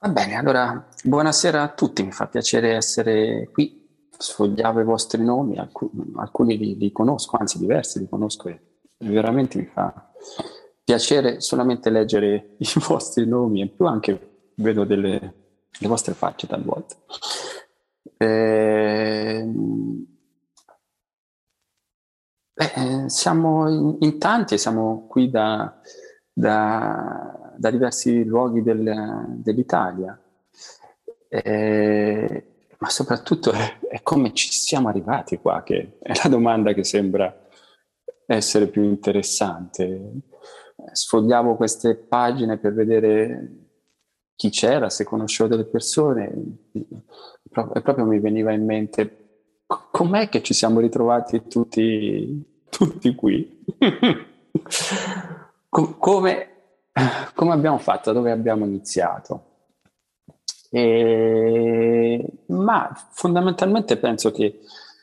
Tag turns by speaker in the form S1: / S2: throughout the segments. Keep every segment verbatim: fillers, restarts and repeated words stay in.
S1: Va bene, allora buonasera a tutti, mi fa piacere essere qui, sfogliavo i vostri nomi, alcu- alcuni li, li conosco, anzi diversi li conosco e veramente mi fa piacere solamente leggere i vostri nomi e in più anche vedo delle le vostre facce talvolta. Ehm, Beh, eh, siamo in, in tanti e siamo qui da, da- da diversi luoghi del- dell'Italia. Eh, ma soprattutto è, è come ci siamo arrivati qua, che è la domanda che sembra essere più interessante. Eh, Sfogliavo queste pagine per vedere chi c'era, se conoscevo delle persone, e proprio mi veniva in mente com'è che ci siamo ritrovati tutti, tutti qui? Com- come, come abbiamo fatto? Da dove abbiamo iniziato? E- ma fondamentalmente penso che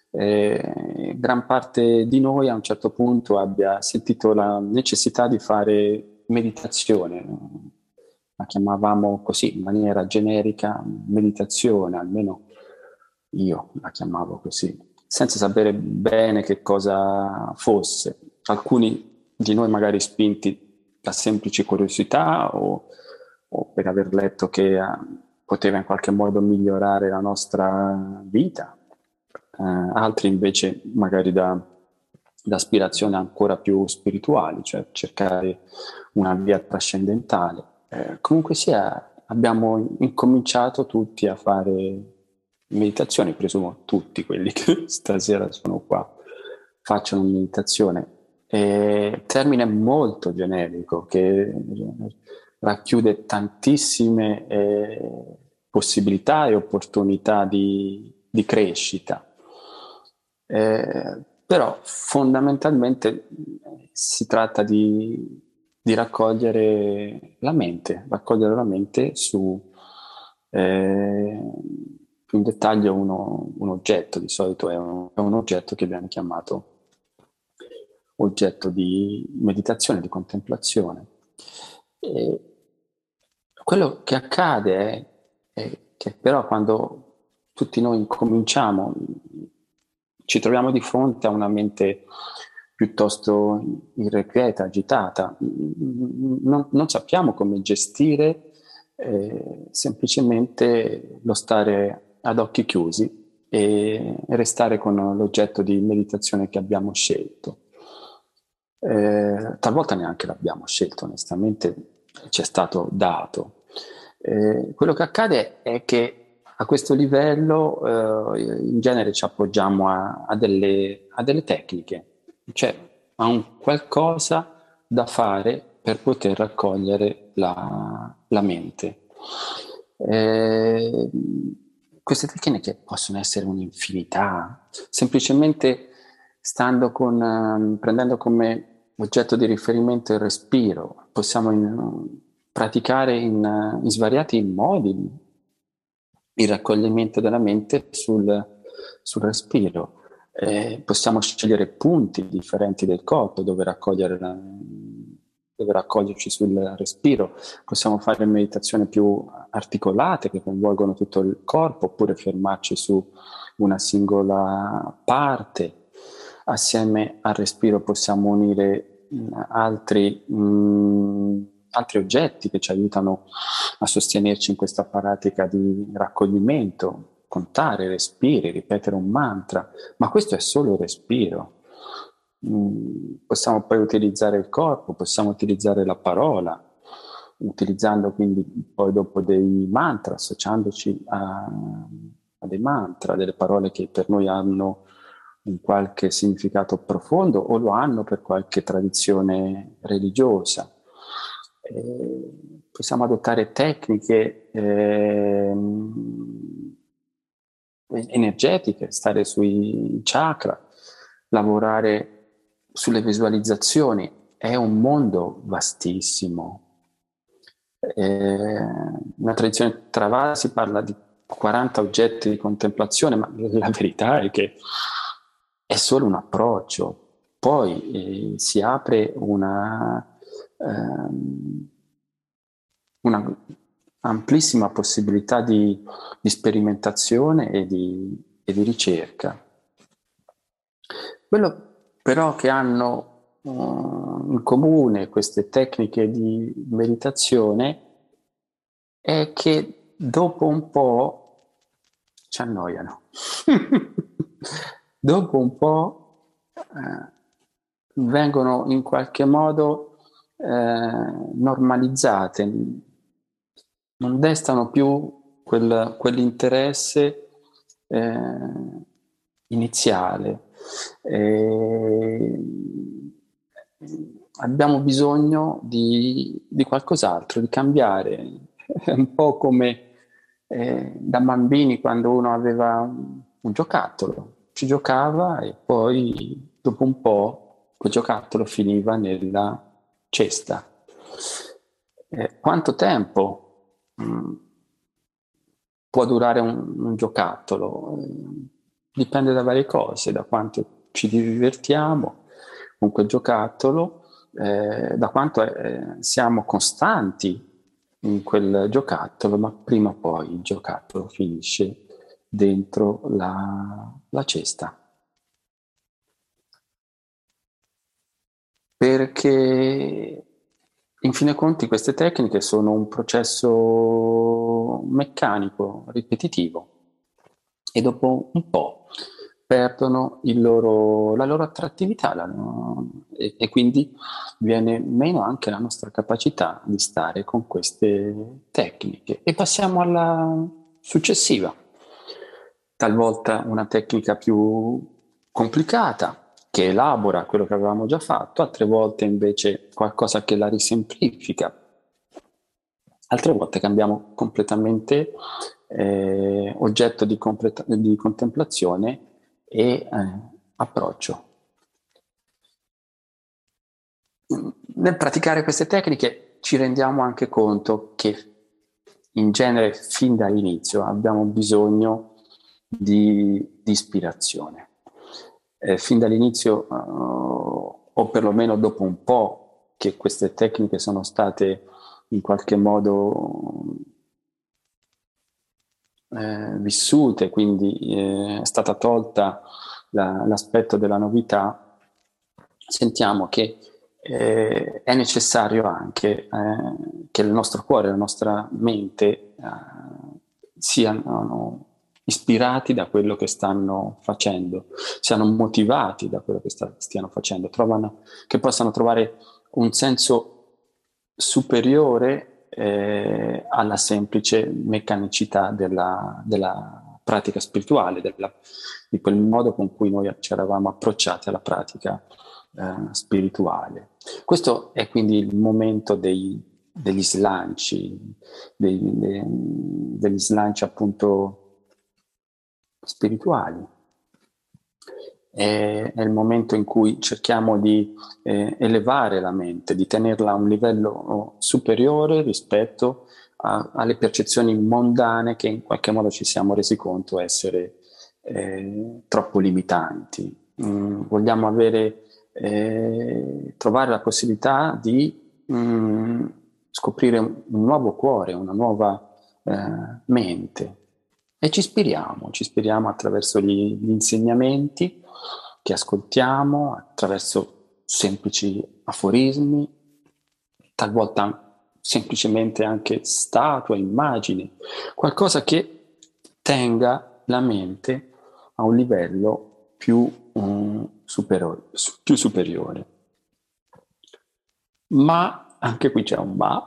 S1: eh, gran parte di noi a un certo punto abbia sentito la necessità di fare meditazione. La chiamavamo così in maniera generica meditazione, almeno io la chiamavo così, senza sapere bene che cosa fosse. Alcuni di noi magari spinti da semplici curiosità o, o per aver letto che eh, poteva in qualche modo migliorare la nostra vita, eh, altri invece magari da, da aspirazioni ancora più spirituali, cioè cercare una via trascendentale. Eh, comunque sia, abbiamo incominciato tutti a fare meditazioni, presumo tutti quelli che stasera sono qua facciano meditazione. E termine molto generico che racchiude tantissime eh, possibilità e opportunità di, di crescita. Eh, però fondamentalmente eh, si tratta di, di raccogliere la mente, raccogliere la mente su eh, più in dettaglio uno, un oggetto, di solito è un, è un oggetto che viene chiamato oggetto di meditazione, di contemplazione. E quello che accade è, è che però quando tutti noi incominciamo, ci troviamo di fronte a una mente piuttosto irrequieta, agitata, non, non sappiamo come gestire eh, semplicemente lo stare ad occhi chiusi e restare con l'oggetto di meditazione che abbiamo scelto. Eh, talvolta neanche l'abbiamo scelto, onestamente ci è stato dato. Eh, quello che accade è che a questo livello eh, in genere ci appoggiamo a, a, delle, a delle tecniche, cioè a un qualcosa da fare per poter raccogliere la, la mente. Eh, queste tecniche possono essere un'infinità, semplicemente stando con, ehm, prendendo come oggetto di riferimento il respiro, possiamo in- praticare in, eh, in svariati modi il raccoglimento della mente sul, sul respiro. Eh, possiamo scegliere punti differenti del corpo dove, raccogliere la, dove raccoglierci sul respiro, possiamo fare meditazioni più articolate che coinvolgono tutto il corpo oppure fermarci su una singola parte. Assieme al respiro possiamo unire mh, altri, mh, altri oggetti che ci aiutano a sostenerci in questa pratica di raccoglimento, contare respiri, ripetere un mantra, ma questo è solo il respiro. Mm, possiamo poi utilizzare il corpo, possiamo utilizzare la parola, utilizzando quindi poi dopo dei mantra, associandoci a, a dei mantra, delle parole che per noi hanno un qualche significato profondo o lo hanno per qualche tradizione religiosa. Eh, possiamo adottare tecniche ehm, energetiche, stare sui chakra, lavorare sulle visualizzazioni. È un mondo vastissimo. Eh, nella tradizione Theravada si parla di quaranta oggetti di contemplazione, ma la verità è che è solo un approccio. Poi eh, si apre una, ehm, una amplissima possibilità di, di sperimentazione e di, e di ricerca. Quello però che hanno uh, in comune queste tecniche di meditazione è che dopo un po' ci annoiano. Dopo un po' eh, vengono in qualche modo eh, normalizzate, non destano più quel, quell'interesse eh, iniziale. E abbiamo bisogno di, di qualcos'altro, di cambiare. È un po' come eh, da bambini quando uno aveva un, un giocattolo, ci giocava e poi dopo un po' quel giocattolo finiva nella cesta. Eh, quanto tempo mh, può durare un, un giocattolo? Eh, dipende da varie cose, da quanto ci divertiamo con quel giocattolo, eh, da quanto eh, siamo costanti in quel giocattolo, ma prima o poi il giocattolo finisce dentro la, la cesta. Perché in fin dei conti queste tecniche sono un processo meccanico, ripetitivo, e dopo un po' perdono il loro, la loro attrattività la, e, e quindi viene meno anche la nostra capacità di stare con queste tecniche. E passiamo alla successiva, talvolta una tecnica più complicata, che elabora quello che avevamo già fatto, altre volte invece qualcosa che la risemplifica, altre volte cambiamo completamente eh, oggetto di, completa- di contemplazione e eh, approccio. Nel praticare queste tecniche ci rendiamo anche conto che in genere fin dall'inizio abbiamo bisogno di, di ispirazione. Eh, fin dall'inizio, uh, o perlomeno dopo un po' che queste tecniche sono state in qualche modo eh, vissute, quindi eh, è stata tolta la, l'aspetto della novità, sentiamo che eh, è necessario anche eh, che il nostro cuore, la nostra mente eh, siano ispirati da quello che stanno facendo, siano motivati da quello che sta, stiano facendo, trovano, che possano trovare un senso superiore eh, alla semplice meccanicità della, della pratica spirituale, della, di quel modo con cui noi ci eravamo approcciati alla pratica eh, spirituale. Questo è quindi il momento dei, degli slanci, dei, dei, degli slanci appunto spirituali. È, è il momento in cui cerchiamo di eh, elevare la mente, di tenerla a un livello superiore rispetto a, alle percezioni mondane che in qualche modo ci siamo resi conto essere eh, troppo limitanti. Mm, vogliamo avere, eh, trovare la possibilità di mm, scoprire un, un nuovo cuore, una nuova eh, mente. E ci ispiriamo, ci ispiriamo attraverso gli, gli insegnamenti che ascoltiamo, attraverso semplici aforismi, talvolta semplicemente anche statue, immagini, qualcosa che tenga la mente a un livello più, um, superiore, più superiore. Ma, anche qui c'è un ma,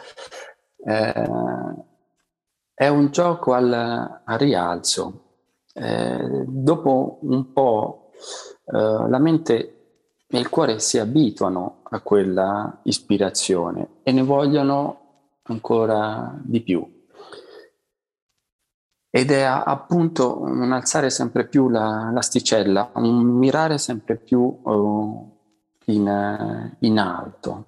S1: eh, è un gioco al, al rialzo. Eh, dopo un po' eh, la mente e il cuore si abituano a quella ispirazione e ne vogliono ancora di più. Ed è appunto un alzare sempre più la, l'asticella, un mirare sempre più uh, in, in alto.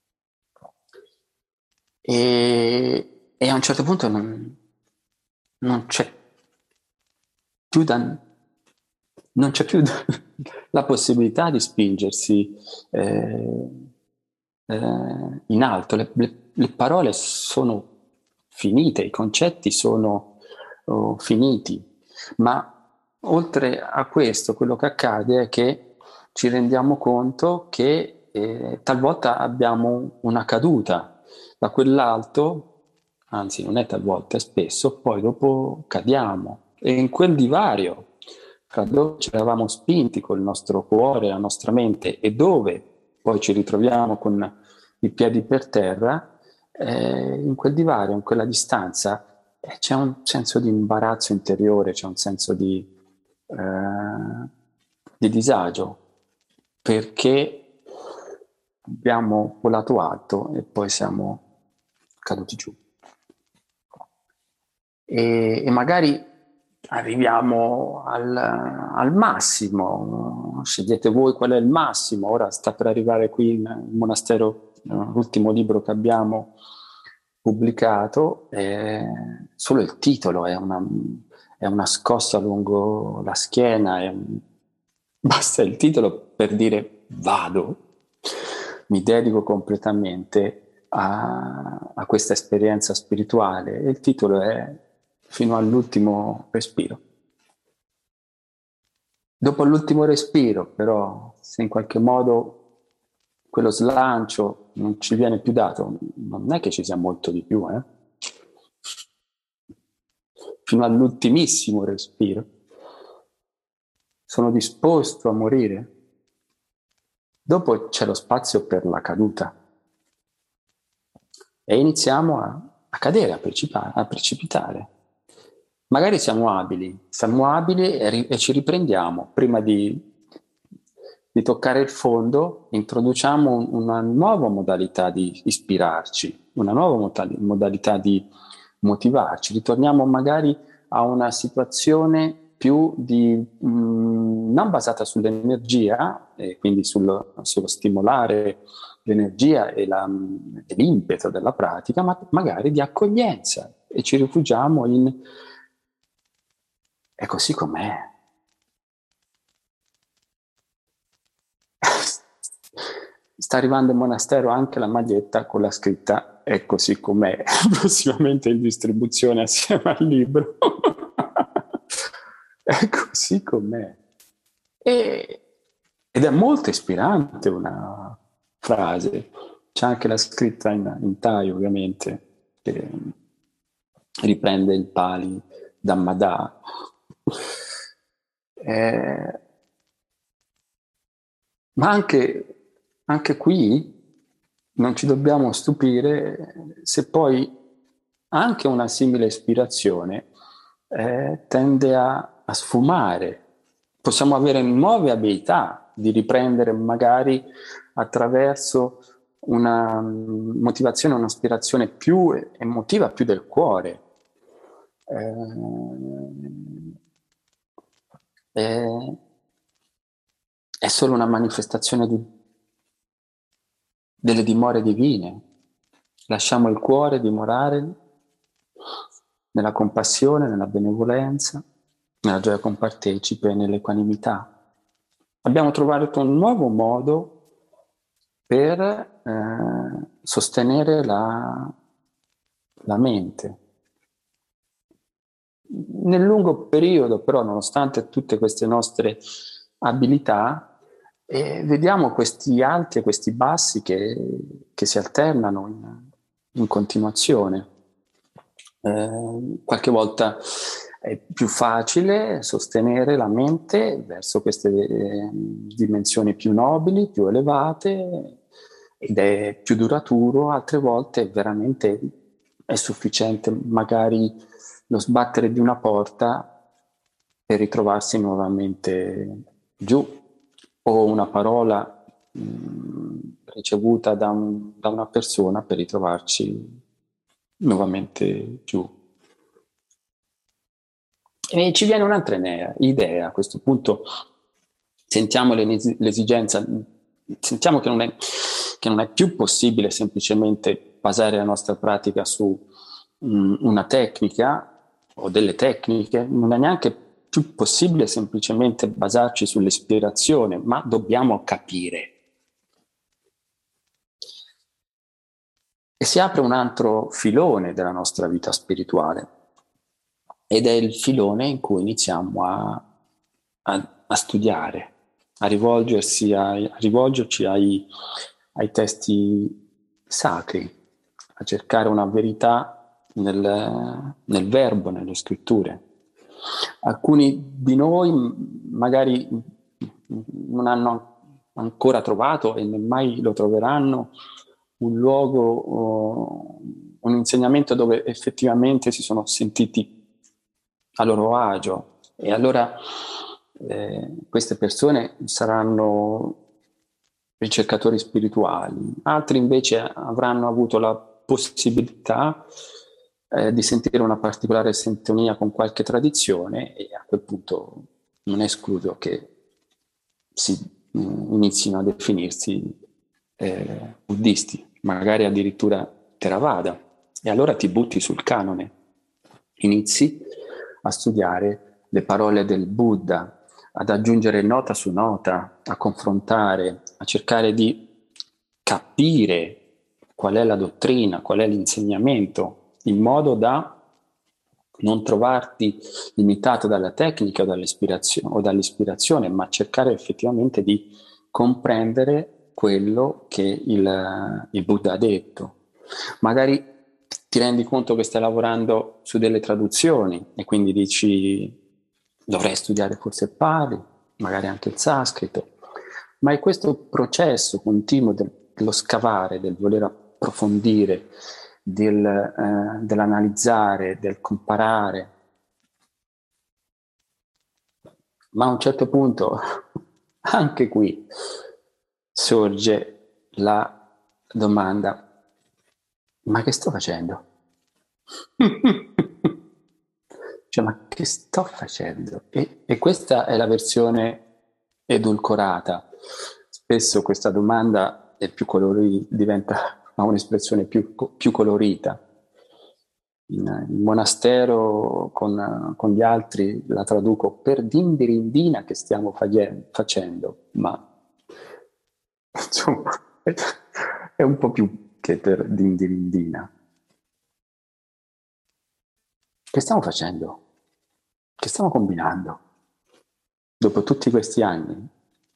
S1: E, e a un certo punto non, non c'è più da, non c'è più la possibilità di spingersi eh, eh, in alto. Le, le, le parole sono finite, i concetti sono oh, finiti, ma oltre a questo quello che accade è che ci rendiamo conto che eh, talvolta abbiamo una caduta da quell'alto, anzi non è talvolta, è spesso, poi dopo cadiamo e in quel divario fra dove ci eravamo spinti col nostro cuore, la nostra mente e dove poi ci ritroviamo con i piedi per terra, eh, in quel divario, in quella distanza, eh, c'è un senso di imbarazzo interiore, c'è un senso di, eh, di disagio, perché abbiamo volato alto e poi siamo caduti giù. E, e magari arriviamo al, al massimo, scegliete voi qual è il massimo, ora sta per arrivare qui in, in monastero, l'ultimo libro che abbiamo pubblicato, eh, solo il titolo è una, è una scossa lungo la schiena, è un, basta il titolo per dire vado, mi dedico completamente a, a questa esperienza spirituale e il titolo è Fino all'ultimo respiro. Dopo l'ultimo respiro, però, se in qualche modo quello slancio non ci viene più dato, non è che ci sia molto di più, eh? Fino all'ultimissimo respiro. Sono disposto a morire. Dopo c'è lo spazio per la caduta. E iniziamo a, a cadere, a, precipa- a precipitare. Magari siamo abili, siamo abili e, ri- e ci riprendiamo. Prima di, di toccare il fondo, introduciamo un- una nuova modalità di ispirarci, una nuova modal- modalità di motivarci. Ritorniamo magari a una situazione più di, mh, non basata sull'energia, e quindi sul- sullo stimolare l'energia e, la, e l'impeto della pratica, ma magari di accoglienza e ci rifugiamo in è così com'è. Sta arrivando in monastero anche la maglietta con la scritta è così com'è, prossimamente in distribuzione assieme al libro. È così com'è. E, ed è molto ispirante una frase. C'è anche la scritta in, in Thai, ovviamente, che riprende il Pali Dhammadà. Eh, ma anche, anche qui non ci dobbiamo stupire se poi anche una simile ispirazione eh, tende a, a sfumare. Possiamo avere nuove abilità di riprendere magari attraverso una motivazione, un'aspirazione più emotiva, più del cuore. Eh, eh, è solo una manifestazione di, delle dimore divine. Lasciamo il cuore dimorare nella compassione, nella benevolenza, nella gioia compartecipe e nell'equanimità. Abbiamo trovato un nuovo modo per eh, sostenere la, la mente. Nel lungo periodo, però, nonostante tutte queste nostre abilità, eh, vediamo questi alti e questi bassi che, che si alternano in, in continuazione. Eh, qualche volta è più facile sostenere la mente verso queste eh, dimensioni più nobili, più elevate, ed è più duraturo, altre volte veramente è sufficiente magari lo sbattere di una porta per ritrovarsi nuovamente giù, o una parola mh, ricevuta da, un, da una persona per ritrovarci nuovamente giù. E ci viene un'altra idea, a questo punto sentiamo l'esigenza, sentiamo che non è, che non è più possibile semplicemente basare la nostra pratica su mh, una tecnica o delle tecniche, non è neanche più possibile semplicemente basarci sull'ispirazione, ma dobbiamo capire. e si apre un altro filone della nostra vita spirituale, ed è il filone in cui iniziamo a, a, a studiare, a, rivolgersi ai, a rivolgerci ai, ai testi sacri, a cercare una verità nel, nel verbo, nelle scritture. Alcuni di noi magari non hanno ancora trovato e mai lo troveranno un luogo, un insegnamento dove effettivamente si sono sentiti a loro agio, e allora eh, queste persone saranno ricercatori spirituali. Altri invece avranno avuto la possibilità eh, di sentire una particolare sintonia con qualche tradizione, e a quel punto non escludo che si mh, inizino a definirsi eh, buddisti, magari addirittura Theravada, e allora ti butti sul canone, inizi a studiare le parole del Buddha, ad aggiungere nota su nota, a confrontare, a cercare di capire qual è la dottrina, qual è l'insegnamento, in modo da non trovarti limitato dalla tecnica o dall'ispirazione, o dall'ispirazione, ma cercare effettivamente di comprendere quello che il, il Buddha ha detto. Magari ti rendi conto che stai lavorando su delle traduzioni e quindi dici dovrei studiare forse il Pali, magari anche il Sanscrito, ma è questo processo continuo dello scavare, del voler approfondire, del, eh, dell'analizzare, del comparare. Ma a un certo punto, anche qui, sorge la domanda: ma che sto facendo? Cioè, ma che sto facendo? E, e questa è la versione edulcorata. Spesso questa domanda è più colorita, diventa ha un'espressione più, più colorita. In, in monastero con, con gli altri la traduco per dindirindina che stiamo faglie, facendo, ma insomma è un po' più che per dindirindina. Che stiamo facendo? Che stiamo combinando? Dopo tutti questi anni?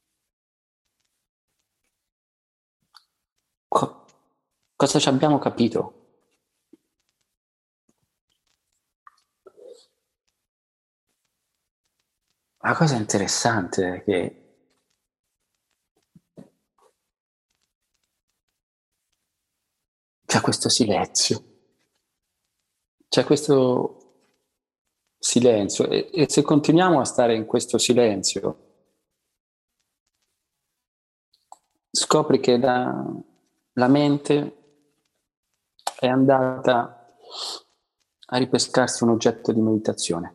S1: Co- cosa ci abbiamo capito? La cosa interessante è che c'è questo silenzio, c'è questo silenzio, e, e se continuiamo a stare in questo silenzio, scopri che la, la mente è andata a ripescarsi un oggetto di meditazione,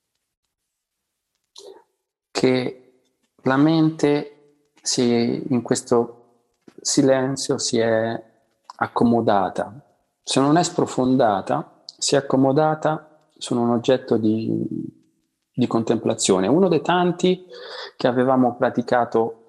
S1: che la mente si, in questo silenzio si è accomodata. Se non è sprofondata, si è accomodata su un oggetto di, di contemplazione, uno dei tanti che avevamo praticato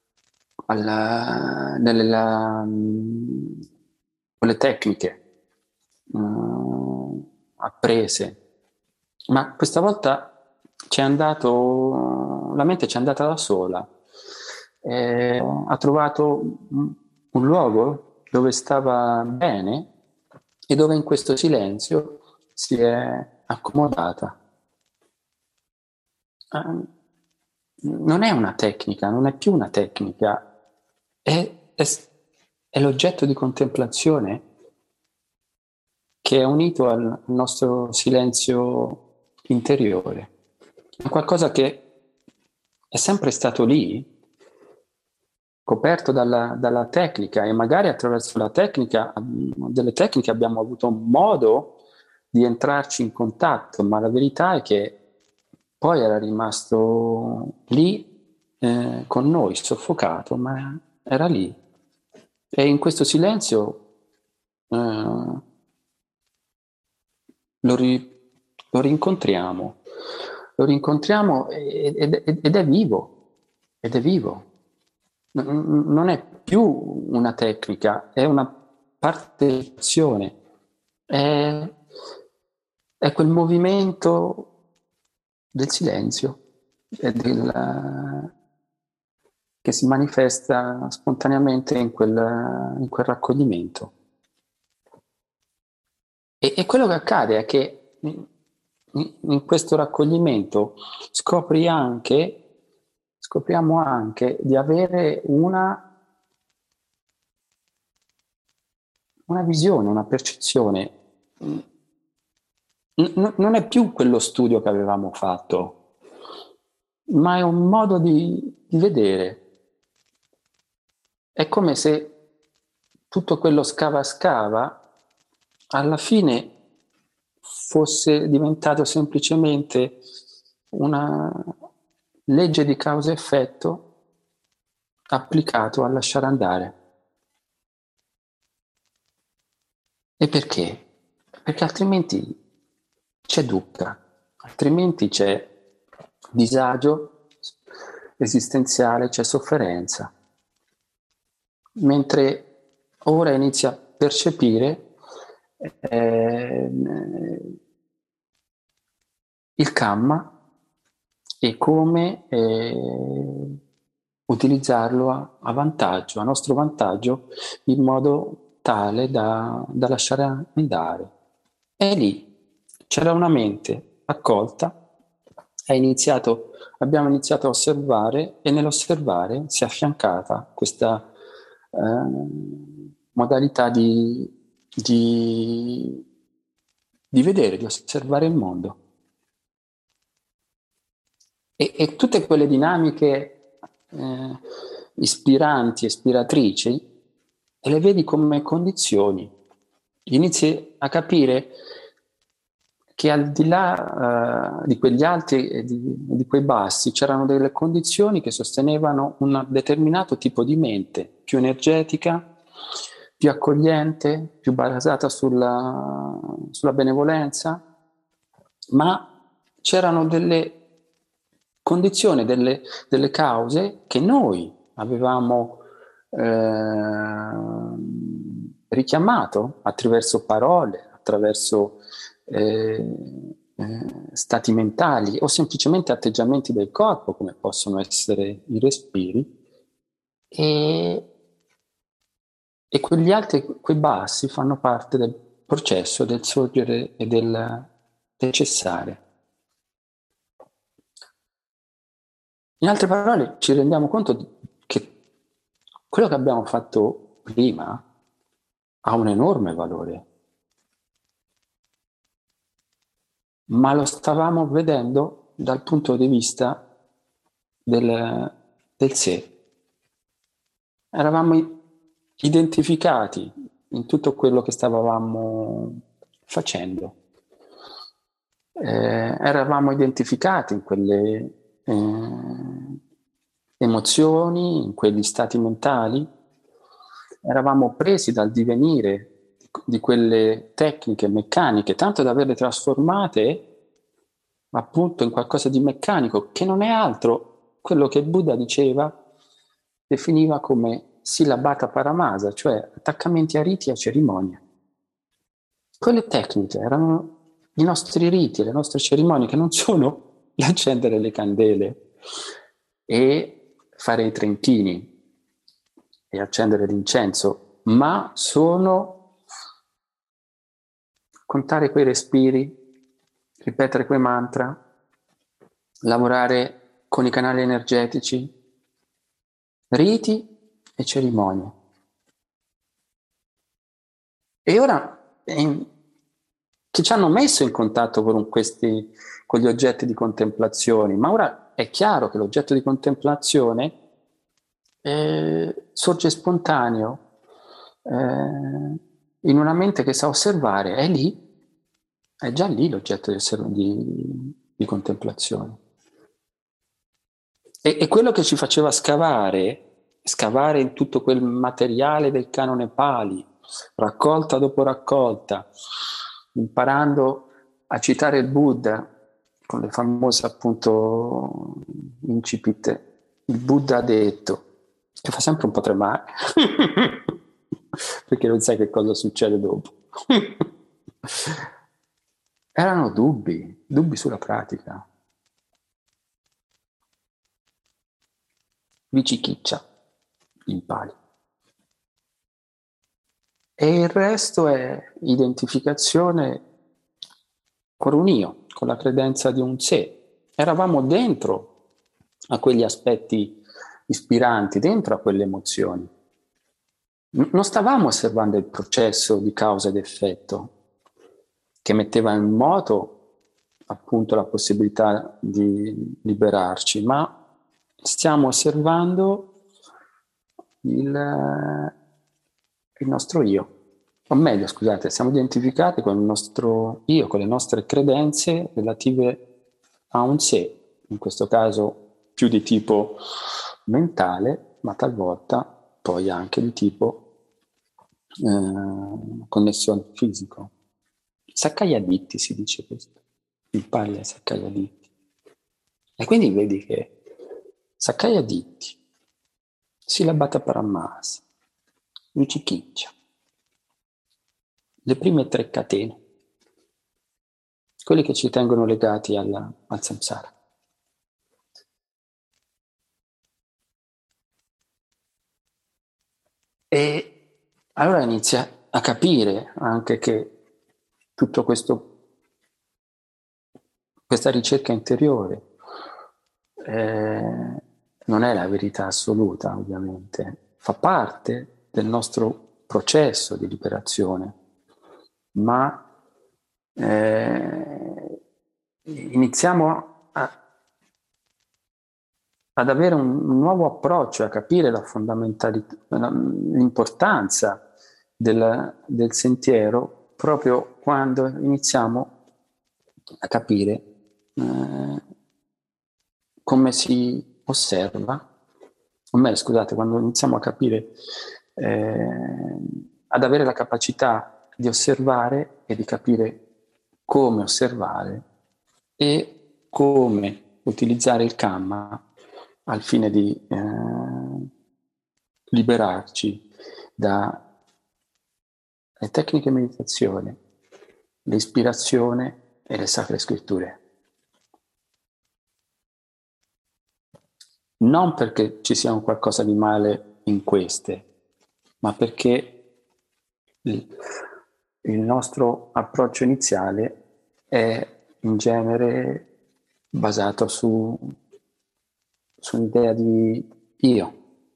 S1: alla, nelle, la, con le tecniche uh, apprese, ma questa volta c'è andato, la mente c'è andata da sola, eh, ha trovato un luogo dove stava bene e dove in questo silenzio si è accomodata. Uh, non è una tecnica, non è più una tecnica, è, è, è l'oggetto di contemplazione che è unito al nostro silenzio interiore. È qualcosa che è sempre stato lì, coperto dalla, dalla tecnica, e magari attraverso la tecnica, delle tecniche abbiamo avuto modo di entrarci in contatto, ma la verità è che poi era rimasto lì eh, con noi, soffocato, ma era lì. E in questo silenzio eh, lo, ri, lo rincontriamo, lo rincontriamo ed, ed, ed è vivo, ed è vivo. Non è più una tecnica, è una partecipazione, è, è quel movimento del silenzio, e del, che si manifesta spontaneamente in quel, in quel raccoglimento. E, e quello che accade è che in, in questo raccoglimento scopri anche, scopriamo anche di avere una, una visione, una percezione. N- non è più quello studio che avevamo fatto, ma è un modo di, di vedere. È come se tutto quello scava scava alla fine fosse diventato semplicemente una legge di causa-effetto applicato a lasciare andare. E perché? Perché altrimenti c'è dukkha, altrimenti c'è disagio esistenziale, c'è sofferenza. Mentre ora inizia a percepire eh, il kamma e come eh, utilizzarlo a, a vantaggio, a nostro vantaggio, in modo tale da, da lasciare andare. E lì c'era una mente accolta, è iniziato, abbiamo iniziato a osservare e nell'osservare si è affiancata questa eh, modalità di, di, di vedere, di osservare il mondo. E, e tutte quelle dinamiche eh, ispiranti, ispiratrici, le vedi come condizioni. Inizi a capire che al di là uh, di quegli alti e di, di quei bassi c'erano delle condizioni che sostenevano un determinato tipo di mente, più energetica, più accogliente, più basata sulla, sulla benevolenza, ma c'erano delle condizioni, delle, delle cause che noi avevamo eh, richiamato attraverso parole, attraverso eh, eh, stati mentali o semplicemente atteggiamenti del corpo, come possono essere i respiri, e, e quegli alti e quei bassi fanno parte del processo del sorgere e del, del cessare. In altre parole, ci rendiamo conto che quello che abbiamo fatto prima ha un enorme valore, ma lo stavamo vedendo dal punto di vista del, del sé. Eravamo identificati in tutto quello che stavamo facendo. Eh, eravamo identificati in quelle eh, emozioni, in quegli stati mentali, eravamo presi dal divenire di quelle tecniche meccaniche, tanto da averle trasformate appunto in qualcosa di meccanico, che non è altro quello che Buddha diceva, definiva come sillabata paramasa, cioè attaccamenti a riti e a cerimonie. Quelle tecniche erano i nostri riti, le nostre cerimonie, che non sono l'accendere le candele e fare i trentini e accendere l'incenso, ma sono contare quei respiri, ripetere quei mantra, lavorare con i canali energetici, riti e cerimonie. E ora eh, che ci hanno messo in contatto con, questi, con gli oggetti di contemplazione, ma ora è chiaro che l'oggetto di contemplazione eh, sorge spontaneo eh, in una mente che sa osservare, è lì, è già lì l'oggetto di, di, di contemplazione. E, e quello che ci faceva scavare, scavare in tutto quel materiale del canone Pali, raccolta dopo raccolta, imparando a citare il Buddha, con le famose appunto incipit, il Buddha ha detto, che fa sempre un po' tremare, perché non sai che cosa succede dopo. Erano dubbi, dubbi sulla pratica. Viciciccia, impari. E il resto è identificazione con un io, con la credenza di un sé. Eravamo dentro a quegli aspetti ispiranti, dentro a quelle emozioni. Non stavamo osservando il processo di causa ed effetto che metteva in moto appunto la possibilità di liberarci, ma stiamo osservando il, il nostro io. O meglio, scusate, siamo identificati con il nostro io, con le nostre credenze relative a un sé, in questo caso più di tipo mentale, ma talvolta poi anche di tipo eh, connesso al fisico. Saccaiaditti si dice questo, impari a Saccaiaditti. E quindi vedi che Saccaiaditti, Sillabata Paramas, Viciciccia, le prime tre catene, quelle che ci tengono legati alla, al samsara. E allora inizia a capire anche che tutto questo, questa ricerca interiore eh, non è la verità assoluta, ovviamente, fa parte del nostro processo di liberazione, ma eh, iniziamo a, ad avere un, un nuovo approccio, a capire la fondamentalità, l'importanza del, del sentiero proprio quando iniziamo a capire eh, come si osserva, o meglio, scusate, quando iniziamo a capire, eh, ad avere la capacità di osservare e di capire come osservare e come utilizzare il Kamma al fine di eh, liberarci dalle tecniche di meditazione, l'ispirazione e le sacre scritture. Non perché ci sia un qualcosa di male in queste, ma perché il, il nostro approccio iniziale è in genere basato su, su un'idea di io,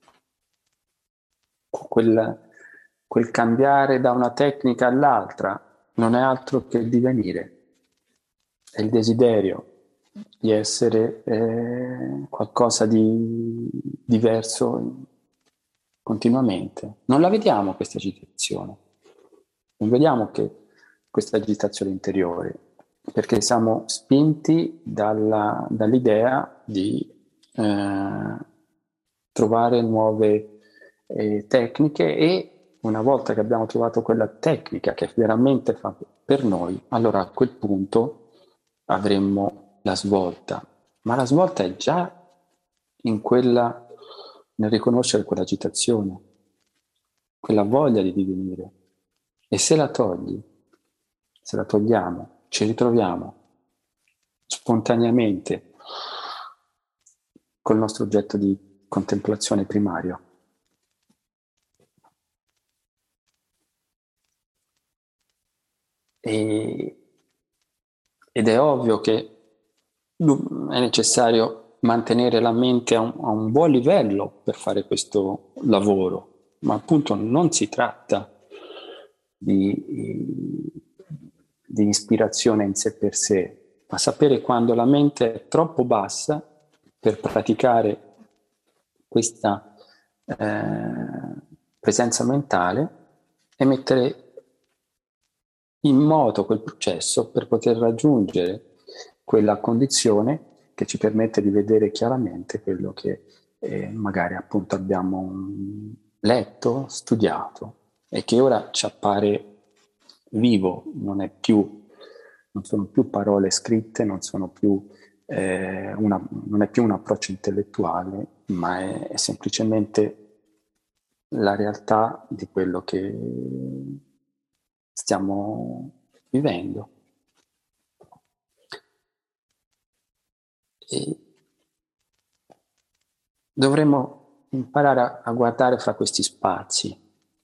S1: quel, quel cambiare da una tecnica all'altra non è altro che il divenire, è il desiderio di essere eh, qualcosa di diverso continuamente. Non la vediamo questa agitazione, non vediamo che questa agitazione interiore, perché siamo spinti dalla, dall'idea di eh, trovare nuove eh, tecniche e una volta che abbiamo trovato quella tecnica che veramente fa per noi, allora a quel punto avremmo la svolta. Ma la svolta è già in quella, nel riconoscere quell'agitazione, quella voglia di divenire. E se la togli, se la togliamo, ci ritroviamo spontaneamente col nostro oggetto di contemplazione primario. E, ed è ovvio che è necessario mantenere la mente a un, a un buon livello per fare questo lavoro, ma appunto non si tratta di, di ispirazione in sé per sé, ma sapere quando la mente è troppo bassa per praticare questa eh, presenza mentale e mettere in moto quel processo per poter raggiungere quella condizione che ci permette di vedere chiaramente quello che eh, magari appunto abbiamo letto, studiato e che ora ci appare vivo, non è più, non sono più parole scritte, non sono più eh, una, non è più un approccio intellettuale, ma è, è semplicemente la realtà di quello che stiamo vivendo. E dovremmo imparare a, a guardare fra questi spazi,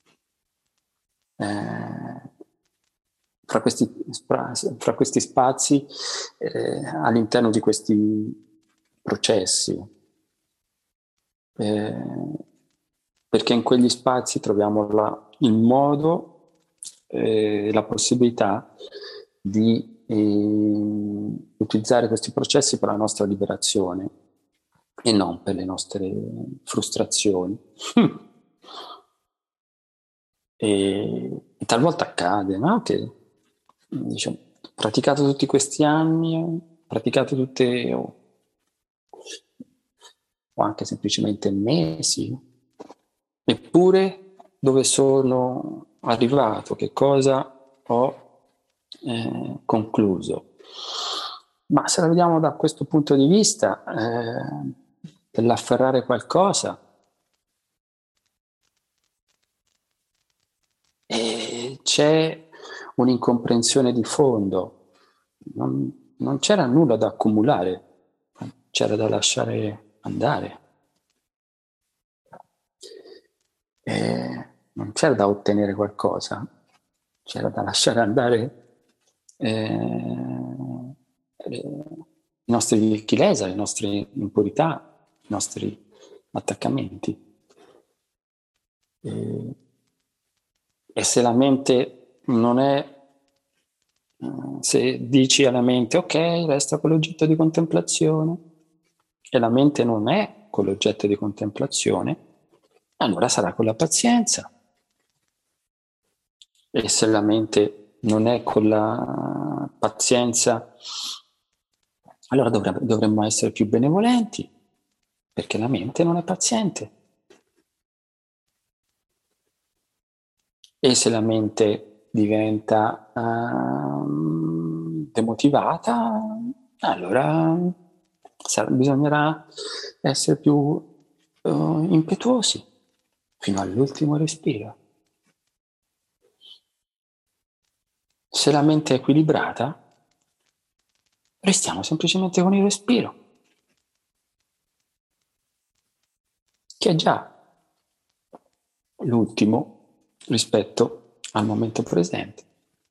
S1: eh, fra, questi, fra questi spazi eh, all'interno di questi processi. Eh, perché in quegli spazi troviamo la, il modo e eh, la possibilità di eh, utilizzare questi processi per la nostra liberazione e non per le nostre frustrazioni. e, e talvolta accade, no? Che diciamo, ho praticato tutti questi anni, ho praticato tutte, o, o anche semplicemente mesi, eppure dove sono arrivato, che cosa ho eh, concluso. Ma se la vediamo da questo punto di vista, eh, dell'afferrare qualcosa, e c'è un'incomprensione di fondo, non, non c'era nulla da accumulare, c'era da lasciare andare. E non c'era da ottenere qualcosa, c'era da lasciare andare eh, i nostri vecchi lesa, le nostre impurità, i nostri attaccamenti. E, e se la mente non è, se dici alla mente ok, resta con l'oggetto di contemplazione, e la mente non è con l'oggetto di contemplazione, allora sarà con la pazienza. E se la mente non è con la pazienza, allora dovremmo essere più benevolenti, perché la mente non è paziente. E se la mente diventa uh, demotivata, allora sarà, bisognerà essere più uh, impetuosi fino all'ultimo respiro. Se la mente è equilibrata, restiamo semplicemente con il respiro, che è già l'ultimo rispetto al momento presente.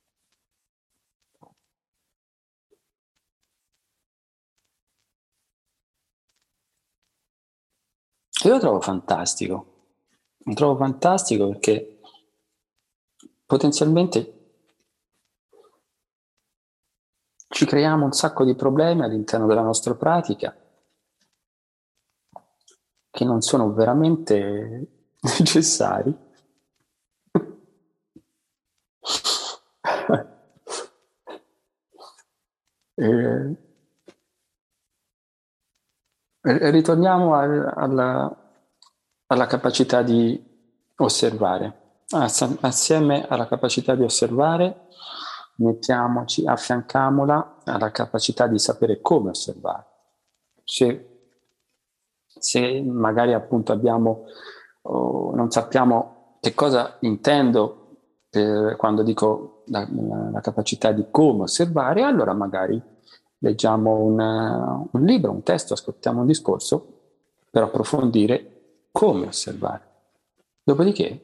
S1: Io lo trovo fantastico, lo trovo fantastico perché potenzialmente ci creiamo un sacco di problemi all'interno della nostra pratica che non sono veramente necessari. e, e ritorniamo al, alla, alla capacità di osservare. Assieme alla capacità di osservare, mettiamoci, affiancamola alla capacità di sapere come osservare. Se, se magari appunto abbiamo, oh, non sappiamo che cosa intendo per, quando dico la, la, la capacità di come osservare, allora magari leggiamo un, un libro, un testo, ascoltiamo un discorso per approfondire come osservare. Dopodiché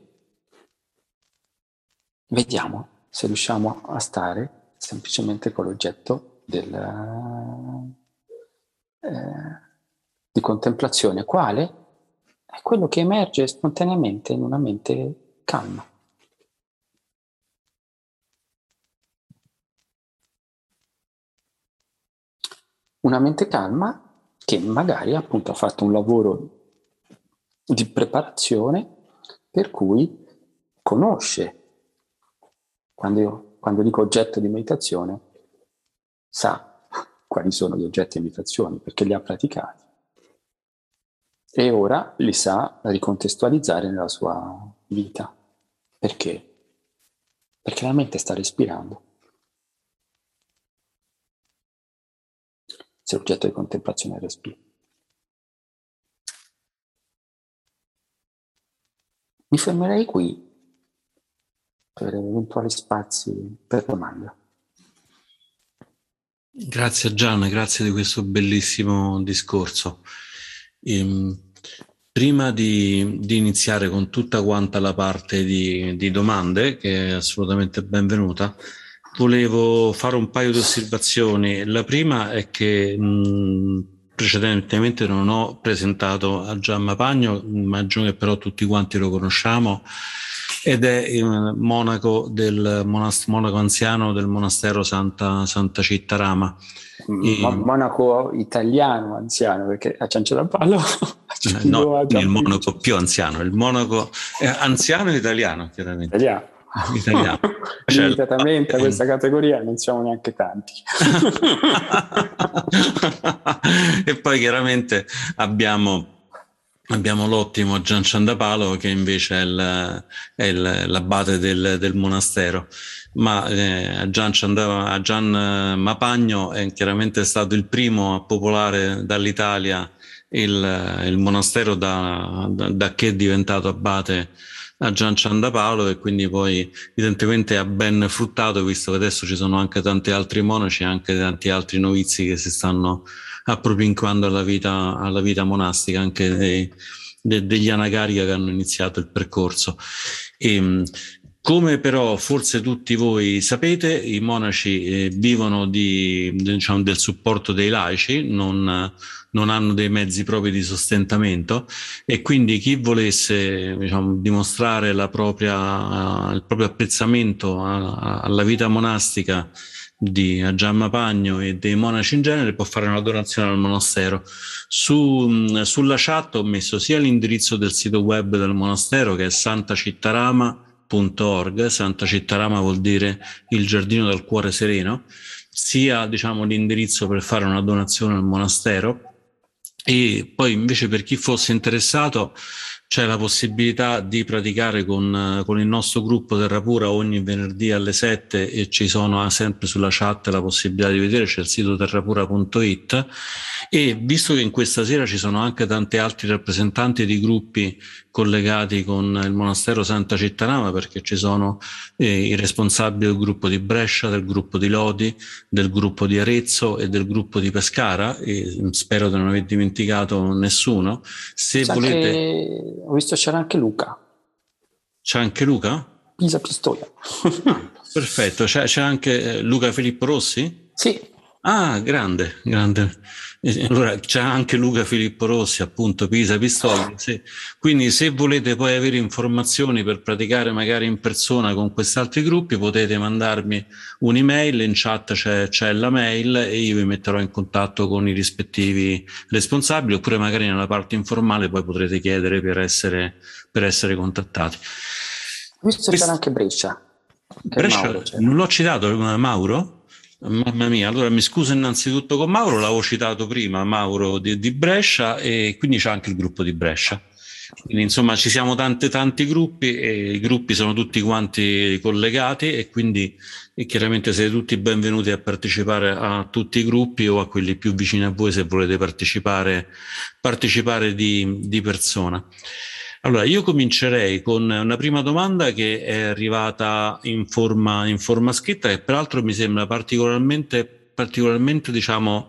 S1: vediamo se riusciamo a stare semplicemente con l'oggetto del, eh, di contemplazione. Quale? È quello che emerge spontaneamente in una mente calma. Una mente calma che magari appunto ha fatto un lavoro di preparazione per cui conosce. Quando, io, quando dico oggetto di meditazione, sa quali sono gli oggetti di meditazione perché li ha praticati e ora li sa ricontestualizzare nella sua vita. Perché? Perché la mente sta respirando. Se l'oggetto di contemplazione è respiro. Mi fermerei qui per eventuali spazi per domande.
S2: Grazie a Gian, grazie di questo bellissimo discorso. Ehm, prima di, di iniziare con tutta quanta la parte di, di domande, che è assolutamente benvenuta, volevo fare un paio di osservazioni. La prima è che mh, precedentemente non ho presentato a Gian Mapagno, immagino che però tutti quanti lo conosciamo, ed è il monaco del monast- monaco anziano del monastero Santa, Santa Cittarama.
S1: Mo-
S2: E,
S1: monaco italiano anziano, perché a Ciancia da Palo
S2: eh, no,
S1: a
S2: il
S1: Giampiglio.
S2: monaco più anziano, il monaco eh, anziano italiano, chiaramente.
S1: Italiano.
S2: Italiano. Cioè,
S1: Limitatamente a questa categoria non siamo neanche tanti.
S2: E poi chiaramente abbiamo Abbiamo l'ottimo Gian Ciandapalo che invece è, il, è il, l'abate del, del monastero, ma eh, Gian, Cianda, Gian Mapagno è chiaramente stato il primo a popolare dall'Italia il, il monastero da, da, da che è diventato abate a Gian Ciandapalo, e quindi poi evidentemente ha ben fruttato, visto che adesso ci sono anche tanti altri monaci, anche tanti altri novizi che si stanno appropinquando alla vita, alla vita monastica, anche dei, de, degli Anagarica che hanno iniziato il percorso. E, come però forse tutti voi sapete, i monaci eh, vivono di, diciamo, del supporto dei laici, non, non hanno dei mezzi propri di sostentamento, e quindi chi volesse, diciamo, dimostrare la propria, il proprio apprezzamento a, alla vita monastica di a Gian Mapagno e dei monaci in genere può fare una donazione al monastero. Su, sulla chat ho messo sia l'indirizzo del sito web del monastero, che è santacittarama punto org. Santa Cittarama vuol dire il giardino del cuore sereno, sia diciamo l'indirizzo per fare una donazione al monastero. E poi invece per chi fosse interessato c'è la possibilità di praticare con, con il nostro gruppo Terra Pura ogni venerdì alle sette, e ci sono sempre sulla chat la possibilità di vedere, c'è il sito terrapura punto it. E visto che in questa sera ci sono anche tanti altri rappresentanti di gruppi collegati con il monastero Santa Cittarama, perché ci sono eh, i responsabili del gruppo di Brescia, del gruppo di Lodi, del gruppo di Arezzo e del gruppo di Pescara, e spero di non aver dimenticato nessuno. Se
S1: C'è
S2: volete...
S1: anche, ho visto c'era anche Luca,
S2: C'è anche Luca?
S1: Pisa Pistoia.
S2: Ah, perfetto, c'è, c'è anche eh, Luca Filippo Rossi?
S1: Sì,
S2: Ah, grande, grande. E allora c'è anche Luca Filippo Rossi, appunto, Pisa Pistoia. Sì. Quindi se volete poi avere informazioni per praticare magari in persona con questi altri gruppi, potete mandarmi un'email, in chat c'è, c'è la mail e io vi metterò in contatto con i rispettivi responsabili, oppure magari nella parte informale poi potrete chiedere per essere, per essere contattati.
S1: ho visto c'era
S2: Quest-
S1: anche Brescia, che
S2: Brescia
S1: Mauro c'era.
S2: non l'ho citato, eh, Mauro? Mamma mia, allora mi scuso innanzitutto con Mauro, l'avevo citato prima, Mauro di, di Brescia, e quindi c'è anche il gruppo di Brescia. Quindi insomma ci siamo tanti tanti gruppi, e i gruppi sono tutti quanti collegati, e quindi e chiaramente siete tutti benvenuti a partecipare a tutti i gruppi o a quelli più vicini a voi se volete partecipare, partecipare di, di persona. Allora, io comincerei con una prima domanda che è arrivata in forma, in forma scritta, che peraltro mi sembra particolarmente, particolarmente diciamo,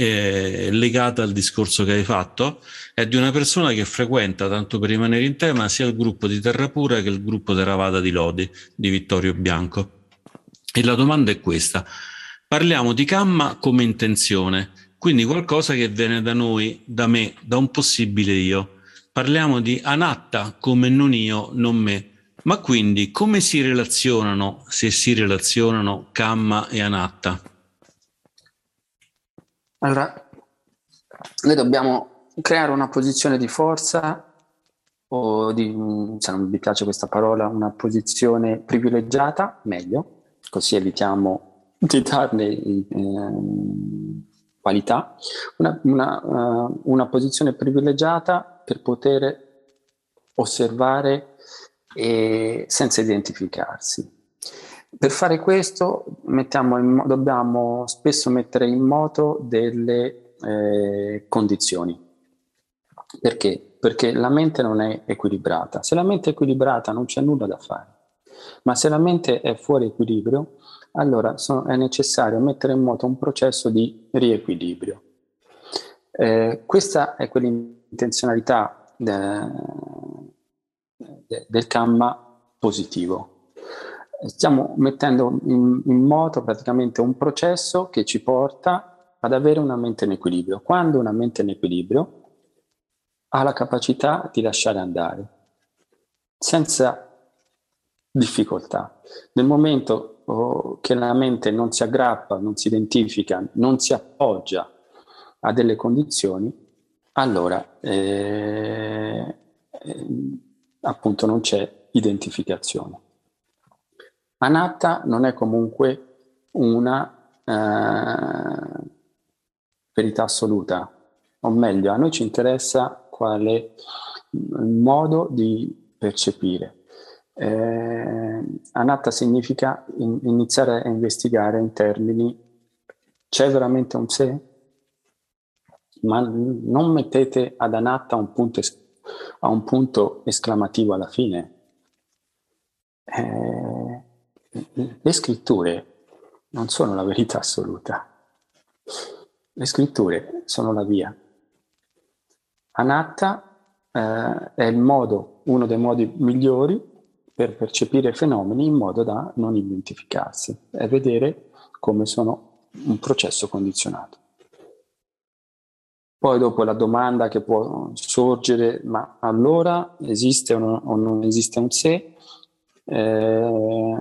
S2: eh, legata al discorso che hai fatto. È di una persona che frequenta, tanto per rimanere in tema, sia il gruppo di Terra Pura che il gruppo Theravada di Lodi, di Vittorio Bianco. E la domanda è questa. Parliamo di Kamma come intenzione, quindi qualcosa che viene da noi, da me, da un possibile io. Parliamo di Anatta come non io, non me. Ma quindi come si relazionano, se si relazionano, Kamma e Anatta?
S1: Allora, noi dobbiamo creare una posizione di forza, o di, se non vi piace questa parola, una posizione privilegiata, meglio, così evitiamo di darne eh, qualità, una, una, uh, una posizione privilegiata per poter osservare e senza identificarsi. Per fare questo mettiamo in, dobbiamo spesso mettere in moto delle eh, condizioni. Perché? Perché la mente non è equilibrata. Se la mente è equilibrata non c'è nulla da fare, ma se la mente è fuori equilibrio, allora sono, è necessario mettere in moto un processo di riequilibrio. Eh, questa è quell'intenzionalità de, de, del Kamma positivo. Stiamo mettendo in, in moto praticamente un processo che ci porta ad avere una mente in equilibrio. Quando una mente è in equilibrio ha la capacità di lasciare andare senza difficoltà. Nel momento oh, che la mente non si aggrappa, non si identifica, non si appoggia a delle condizioni, allora eh, eh, appunto non c'è identificazione. Anatta non è comunque una eh, verità assoluta, o meglio, a noi ci interessa qual è il modo di percepire. Eh, anatta significa in, iniziare a investigare in termini: c'è veramente un sé? Ma non mettete ad anatta un punto es- a un punto esclamativo alla fine. Eh, le scritture non sono la verità assoluta. Le scritture sono la via. Anatta eh, è il modo, uno dei modi migliori per percepire fenomeni in modo da non identificarsi e vedere come sono un processo condizionato. Poi dopo la domanda che può sorgere: ma allora esiste o non, o non esiste un sé? Eh,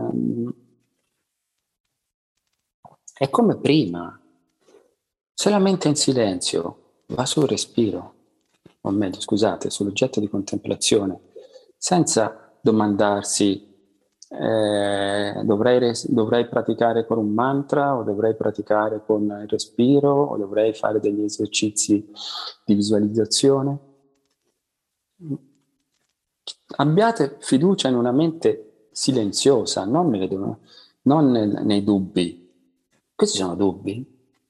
S1: è come prima. Se la mente è in silenzio, va sul respiro, o meglio, scusate, sull'oggetto di contemplazione, senza domandarsi eh, dovrei, res- dovrei praticare con un mantra, o dovrei praticare con il respiro, o dovrei fare degli esercizi di visualizzazione. Abbiate fiducia in una mente silenziosa, non, nelle, non nel, nei dubbi. Questi sono dubbi.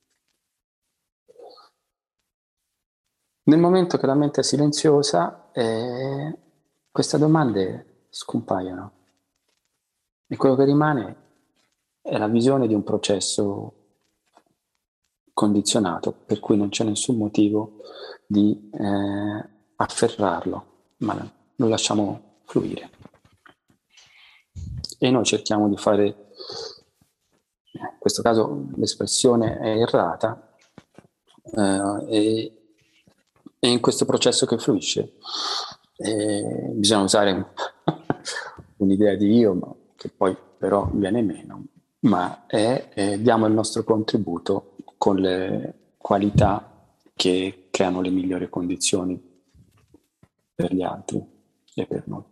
S1: Nel momento che la mente è silenziosa, eh, queste domande scompaiono e quello che rimane è la visione di un processo condizionato, per cui non c'è nessun motivo di eh, afferrarlo, ma lo lasciamo fluire. E noi cerchiamo di fare, in questo caso l'espressione è errata, eh, e E in questo processo che fluisce eh, bisogna usare un'idea di io, ma, che poi però viene meno, ma è, eh, diamo il nostro contributo con le qualità che creano le migliori condizioni per gli altri e per noi.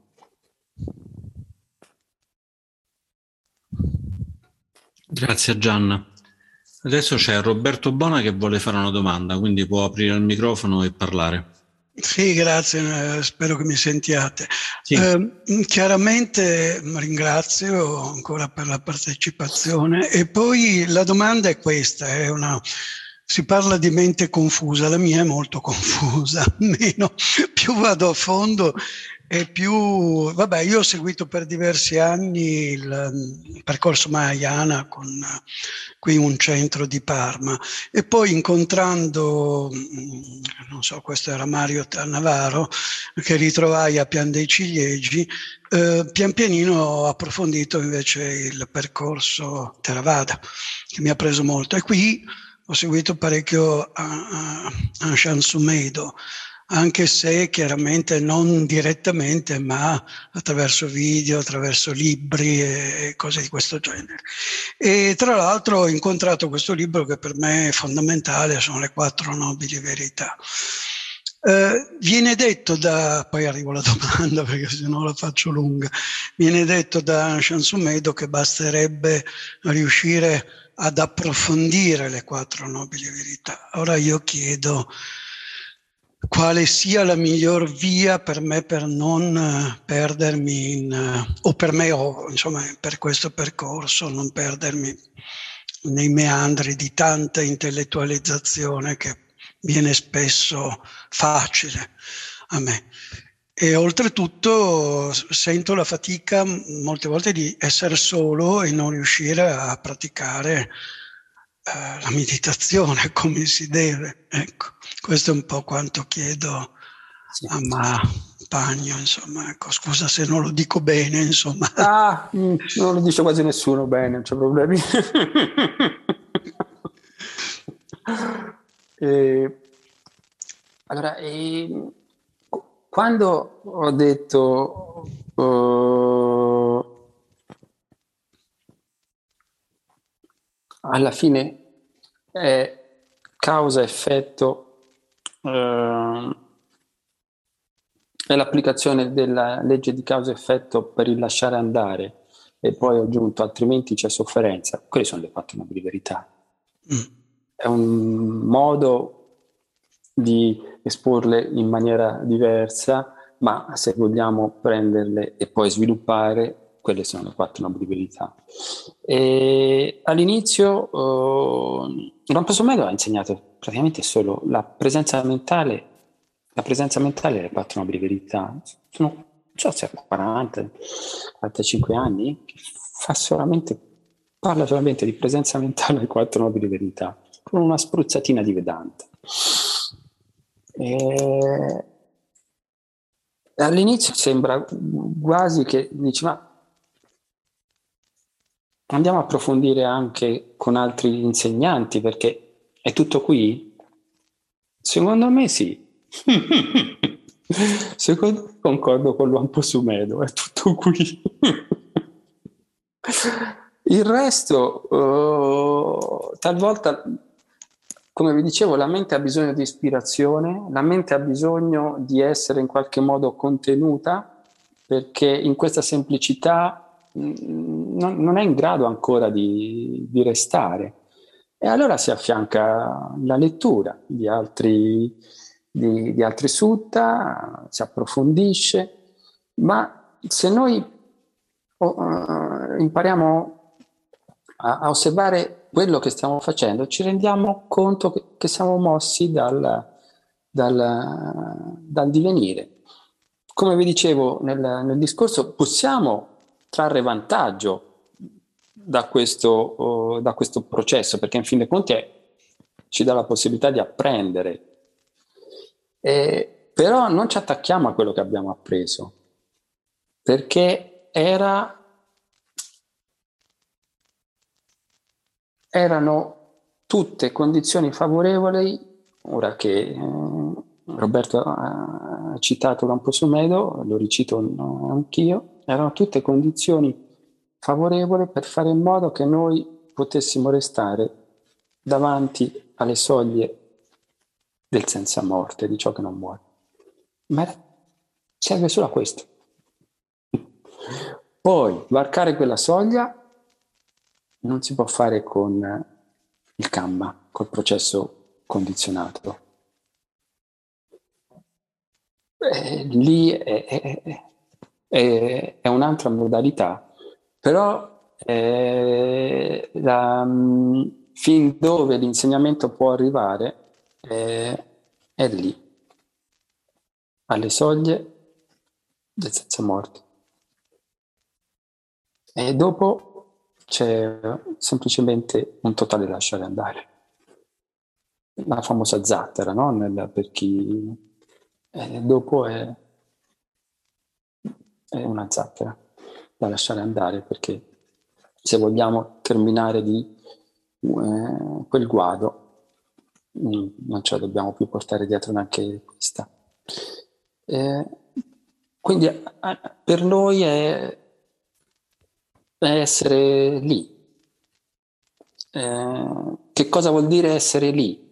S2: Grazie Gianna. Adesso c'è Roberto Bona che vuole fare una domanda, quindi può aprire il microfono e parlare.
S3: Sì, grazie, eh, spero che mi sentiate.
S2: Sì.
S3: Eh, chiaramente ringrazio ancora per la partecipazione e poi la domanda è questa, è una, si parla di mente confusa, la mia è molto confusa, almeno più vado a fondo e più, vabbè, io ho seguito per diversi anni il, il percorso Mahayana con qui un centro di Parma e poi incontrando, non so, questo era Mario Navarro, che ritrovai a Pian dei Ciliegi, eh, pian pianino ho approfondito invece il percorso Theravada, che mi ha preso molto. E qui ho seguito parecchio Aung San Suu Kyi, anche se chiaramente non direttamente, ma attraverso video, attraverso libri e cose di questo genere. E tra l'altro ho incontrato questo libro che per me è fondamentale, sono le quattro nobili verità. Eh, viene detto da, poi arrivo alla domanda perché sennò la faccio lunga, viene detto da Aung San Suu Kyi che basterebbe riuscire ad approfondire le quattro nobili verità. Ora io chiedo quale sia la miglior via per me per non perdermi in, o per me o insomma per questo percorso non perdermi nei meandri di tanta intellettualizzazione che viene spesso facile a me. E oltretutto sento la fatica molte volte di essere solo e non riuscire a praticare eh, la meditazione come si deve. Ecco, questo è un po' quanto chiedo
S1: Sì.
S3: a Ma Pagno, insomma. Ecco, scusa se non lo dico bene, insomma.
S1: Ah, mh, non lo dice quasi nessuno bene, non c'è problemi. e, allora, e, quando ho detto uh, alla fine è causa-effetto, uh, è l'applicazione della legge di causa-effetto per il lasciare andare, e poi ho aggiunto altrimenti c'è sofferenza. Quelle sono le quattro nobili verità.
S3: Mm.
S1: È un modo di esporle in maniera diversa, ma se vogliamo prenderle e poi sviluppare, quelle sono le quattro nobili verità. E all'inizio eh, Ramposo Medo ha insegnato praticamente solo la presenza mentale, la presenza mentale e le quattro nobili verità. Sono, non so se ha quaranta, quarantacinque anni, fa solamente, parla solamente di presenza mentale e quattro nobili verità, con una spruzzatina di Vedanta. E all'inizio sembra quasi che dici, ma andiamo a approfondire anche con altri insegnanti, perché è tutto qui? Secondo me sì. Secondo me concordo con Luampo Sumedo, è tutto qui. Il resto, uh, talvolta, come vi dicevo, la mente ha bisogno di ispirazione, la mente ha bisogno di essere in qualche modo contenuta, perché in questa semplicità mh, non, non è in grado ancora di, di restare. E allora si affianca la lettura di altri, di, di altri sutta, si approfondisce, ma se noi uh, impariamo a, a osservare quello che stiamo facendo, ci rendiamo conto che, che siamo mossi dal, dal, dal divenire. Come vi dicevo nel, nel discorso, possiamo trarre vantaggio da questo, uh, da questo processo, perché in fin dei conti è, ci dà la possibilità di apprendere. Eh, però non ci attacchiamo a quello che abbiamo appreso, perché era, erano tutte condizioni favorevoli. Ora che eh, Roberto ha citato Luampo Sumedo, lo ricito anch'io, erano tutte condizioni favorevole per fare in modo che noi potessimo restare davanti alle soglie del senza morte, di ciò che non muore. Ma serve solo a questo. Poi varcare quella soglia non si può fare con il Kamma, col processo condizionato. Eh, lì è, è, è, è un'altra modalità. Però eh, la, fin dove l'insegnamento può arrivare eh, è lì, alle soglie del senza morte. E dopo c'è semplicemente un totale lasciare andare. La famosa zattera, no? Nel, per chi eh, dopo è, è una zattera da lasciare andare, perché se vogliamo terminare di eh, quel guado mh, non ce la dobbiamo più portare dietro neanche questa. Eh, quindi eh, per noi è, è essere lì. Eh, che cosa vuol dire essere lì?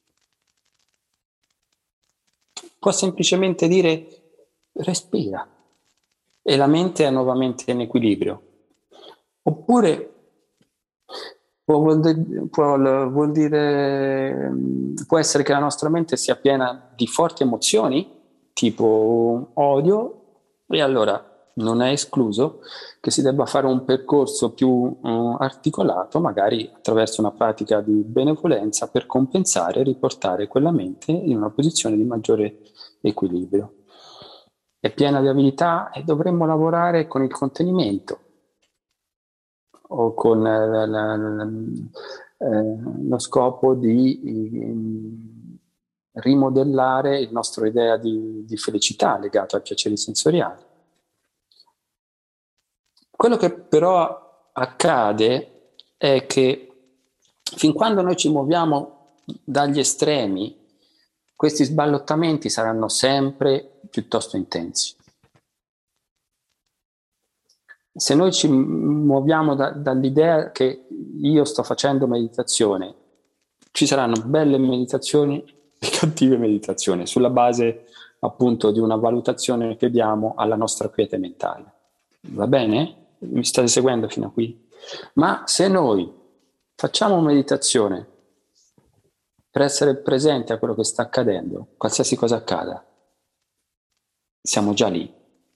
S1: Può semplicemente dire respira e la mente è nuovamente in equilibrio. Oppure può, può, vuol dire, può essere che la nostra mente sia piena di forti emozioni, tipo odio, e allora non è escluso che si debba fare un percorso più uh, articolato, magari attraverso una pratica di benevolenza, per compensare e riportare quella mente in una posizione di maggiore equilibrio. È piena di abilità e dovremmo lavorare con il contenimento o con eh, la, la, eh, lo scopo di eh, rimodellare il nostro idea di, di felicità legato ai piaceri sensoriali. Quello che però accade è che fin quando noi ci muoviamo dagli estremi, questi sballottamenti saranno sempre piuttosto intensi. Se noi ci muoviamo da, dall'idea che io sto facendo meditazione, ci saranno belle meditazioni e cattive meditazioni, sulla base appunto di una valutazione che diamo alla nostra quiete mentale. Va bene? Mi state seguendo fino a qui? Ma se noi facciamo meditazione per essere presenti a quello che sta accadendo, qualsiasi cosa accada, siamo già lì.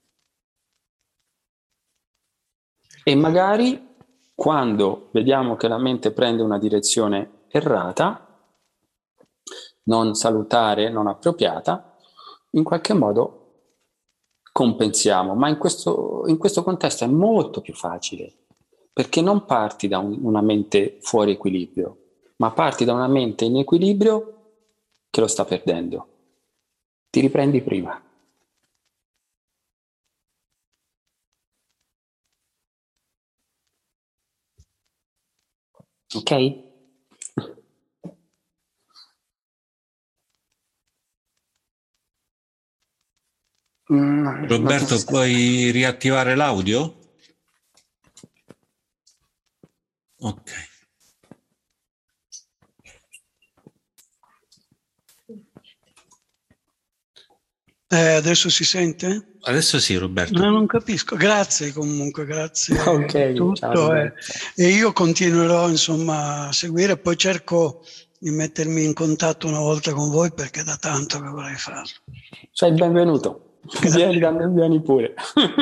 S1: E magari quando vediamo che la mente prende una direzione errata, non salutare, non appropriata, in qualche modo compensiamo, ma in questo, in questo contesto è molto più facile, perché non parti da un, una mente fuori equilibrio, ma parti da una mente in equilibrio che lo sta perdendo. Ti riprendi prima. Ok?
S2: Roberto,
S1: ti...
S2: puoi riattivare l'audio? Ok.
S3: Eh, adesso si sente?
S2: Adesso sì, Roberto.
S3: No, non capisco. Grazie comunque, grazie
S1: Okay,
S3: di tutto.
S1: ciao,
S3: e, e io continuerò insomma a seguire, poi cerco di mettermi in contatto una volta con voi perché da tanto che vorrei farlo.
S1: Sei il benvenuto. Vieni, da me, vieni pure.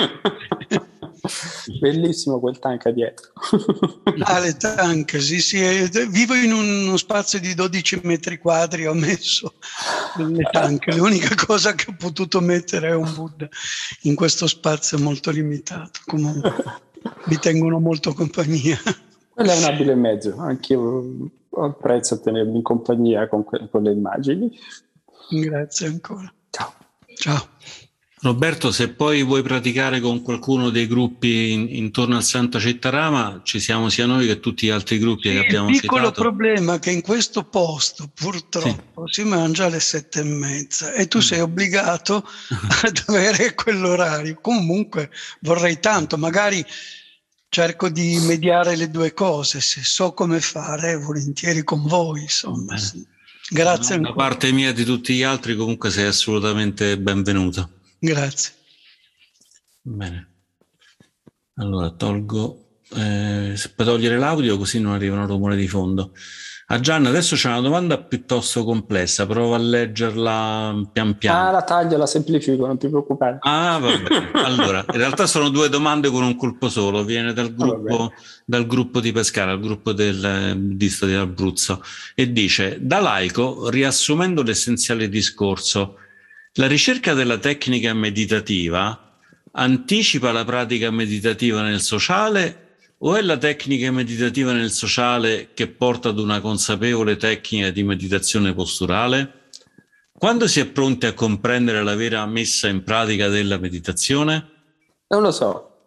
S1: Bellissimo quel tank dietro.
S3: Ah, le tanche, sì, sì. Vivo in uno spazio di dodici metri quadri, ho messo le tanche. L'unica cosa che ho potuto mettere è un Buddha in questo spazio molto limitato. Comunque mi tengono molto compagnia.
S1: Quello è un abile mezzo, anch'io apprezzo tenermi in compagnia con, que- con le immagini.
S3: Grazie ancora.
S1: Ciao.
S3: Ciao.
S2: Roberto, se poi vuoi praticare con qualcuno dei gruppi in, intorno al Santa Cettarama, ci siamo sia noi che tutti gli altri gruppi
S3: Sì,
S2: che abbiamo
S3: il piccolo
S2: citato.
S3: problema è che in questo posto purtroppo sì. si mangia alle sette e mezza e tu sei obbligato ad avere quell'orario. Comunque vorrei tanto, magari cerco di mediare le due cose, se so come fare volentieri con voi, insomma. Sì. Grazie
S2: da
S3: ancora.
S2: parte mia e di tutti gli altri comunque sei assolutamente benvenuto.
S3: Grazie.
S2: Bene. Allora tolgo, eh, puoi togliere l'audio così non arrivano rumori di fondo. A Gianna adesso c'è una domanda piuttosto complessa, provo a leggerla pian piano.
S1: Ah, la taglio, la semplifico, non ti preoccupare.
S2: Ah, va bene. Allora, in realtà sono due domande con un colpo solo, viene dal gruppo, ah, dal gruppo di Pescara, il gruppo del buddista dell'Abruzzo, e dice: da laico, riassumendo l'essenziale discorso, la ricerca della tecnica meditativa anticipa la pratica meditativa nel sociale o è la tecnica meditativa nel sociale che porta ad una consapevole tecnica di meditazione posturale? Quando si è pronti a comprendere la vera messa in pratica della meditazione?
S1: Non lo so.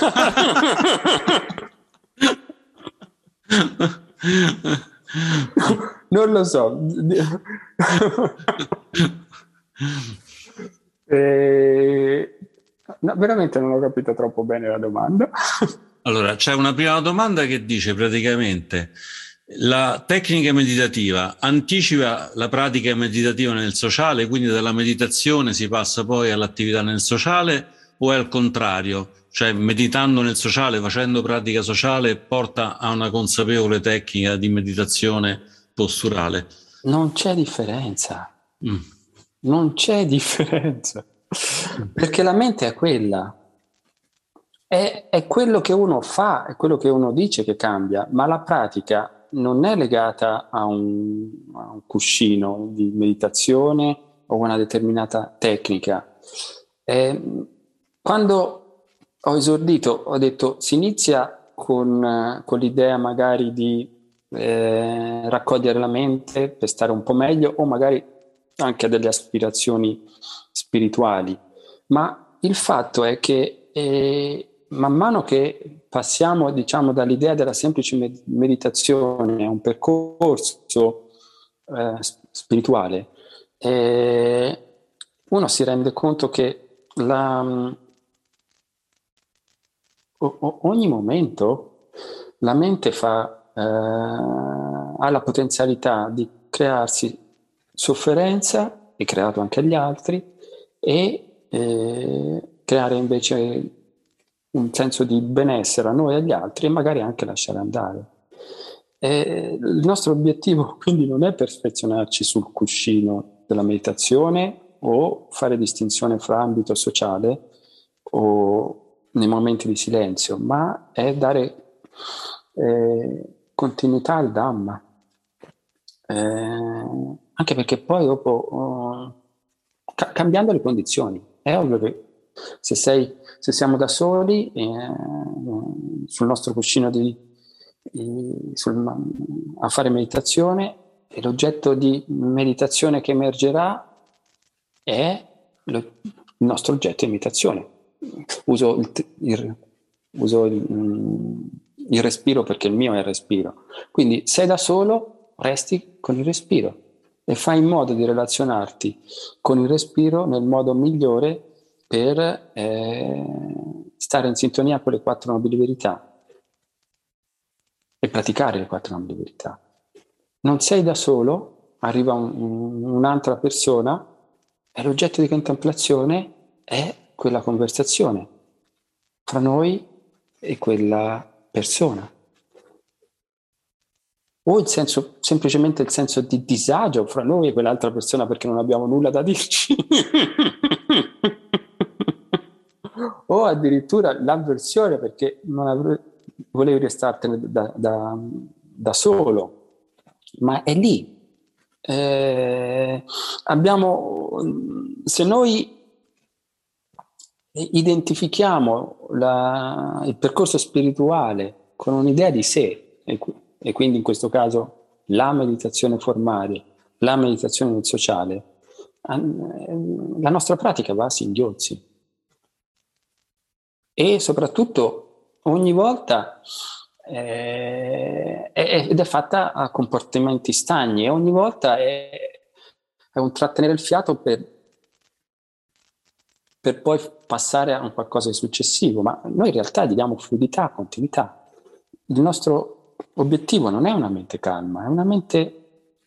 S1: Non lo so. eh, no, veramente non ho capito troppo bene la domanda.
S2: Allora, c'è una prima domanda che dice praticamente: la tecnica meditativa anticipa la pratica meditativa nel sociale, quindi dalla meditazione si passa poi all'attività nel sociale, o è al contrario? Cioè meditando nel sociale, facendo pratica sociale, porta a una consapevole tecnica di meditazione posturale?
S1: Non c'è differenza. Mm. Non c'è differenza. Mm. Perché la mente è quella. È, è quello che uno fa, è quello che uno dice che cambia, ma la pratica non è legata a un, a un cuscino di meditazione o una determinata tecnica. Eh, quando ho esordito, ho detto si inizia con, eh, con l'idea magari di eh, raccogliere la mente per stare un po' meglio o magari anche a delle aspirazioni spirituali, ma il fatto è che eh, man mano che passiamo, diciamo, dall'idea della semplice med- meditazione a un percorso eh, spirituale, eh, uno si rende conto che la, o, ogni momento la mente fa, eh, ha la potenzialità di crearsi sofferenza, e creato anche agli altri, e eh, creare invece un senso di benessere a noi e agli altri e magari anche lasciare andare. E il nostro obiettivo quindi non è perfezionarci sul cuscino della meditazione o fare distinzione fra ambito sociale o nei momenti di silenzio, ma è dare eh, continuità al Dhamma. Eh, anche perché poi dopo, oh, ca- cambiando le condizioni, è ovvio che se, sei, se siamo da soli eh, sul nostro cuscino di, di, sul, a fare meditazione, e l'oggetto di meditazione che emergerà è lo, il nostro oggetto di meditazione. Uso il, il, uso il, il respiro perché il mio è il respiro. Quindi sei da solo, resti con il respiro e fai in modo di relazionarti con il respiro nel modo migliore per eh, stare in sintonia con le quattro nobili verità e praticare le quattro nobili verità. Non sei da solo, arriva un, un'altra persona e l'oggetto di contemplazione è quella conversazione fra noi e quella persona. O il senso, semplicemente il senso di disagio fra noi e quell'altra persona perché non abbiamo nulla da dirci. O addirittura l'avversione perché non avre- volevi restartene da, da, da solo. Ma è lì. Eh, abbiamo, se noi identifichiamo la, il percorso spirituale con un'idea di sé, e, e quindi in questo caso la meditazione formale, la meditazione nel sociale, la nostra pratica va a singhiozzi. E soprattutto ogni volta eh, è, ed è fatta a comportamenti stagni e ogni volta è, è un trattenere il fiato per, per poi passare a un qualcosa di successivo, ma noi in realtà gli diamo fluidità, continuità. Il nostro obiettivo non è una mente calma, è una mente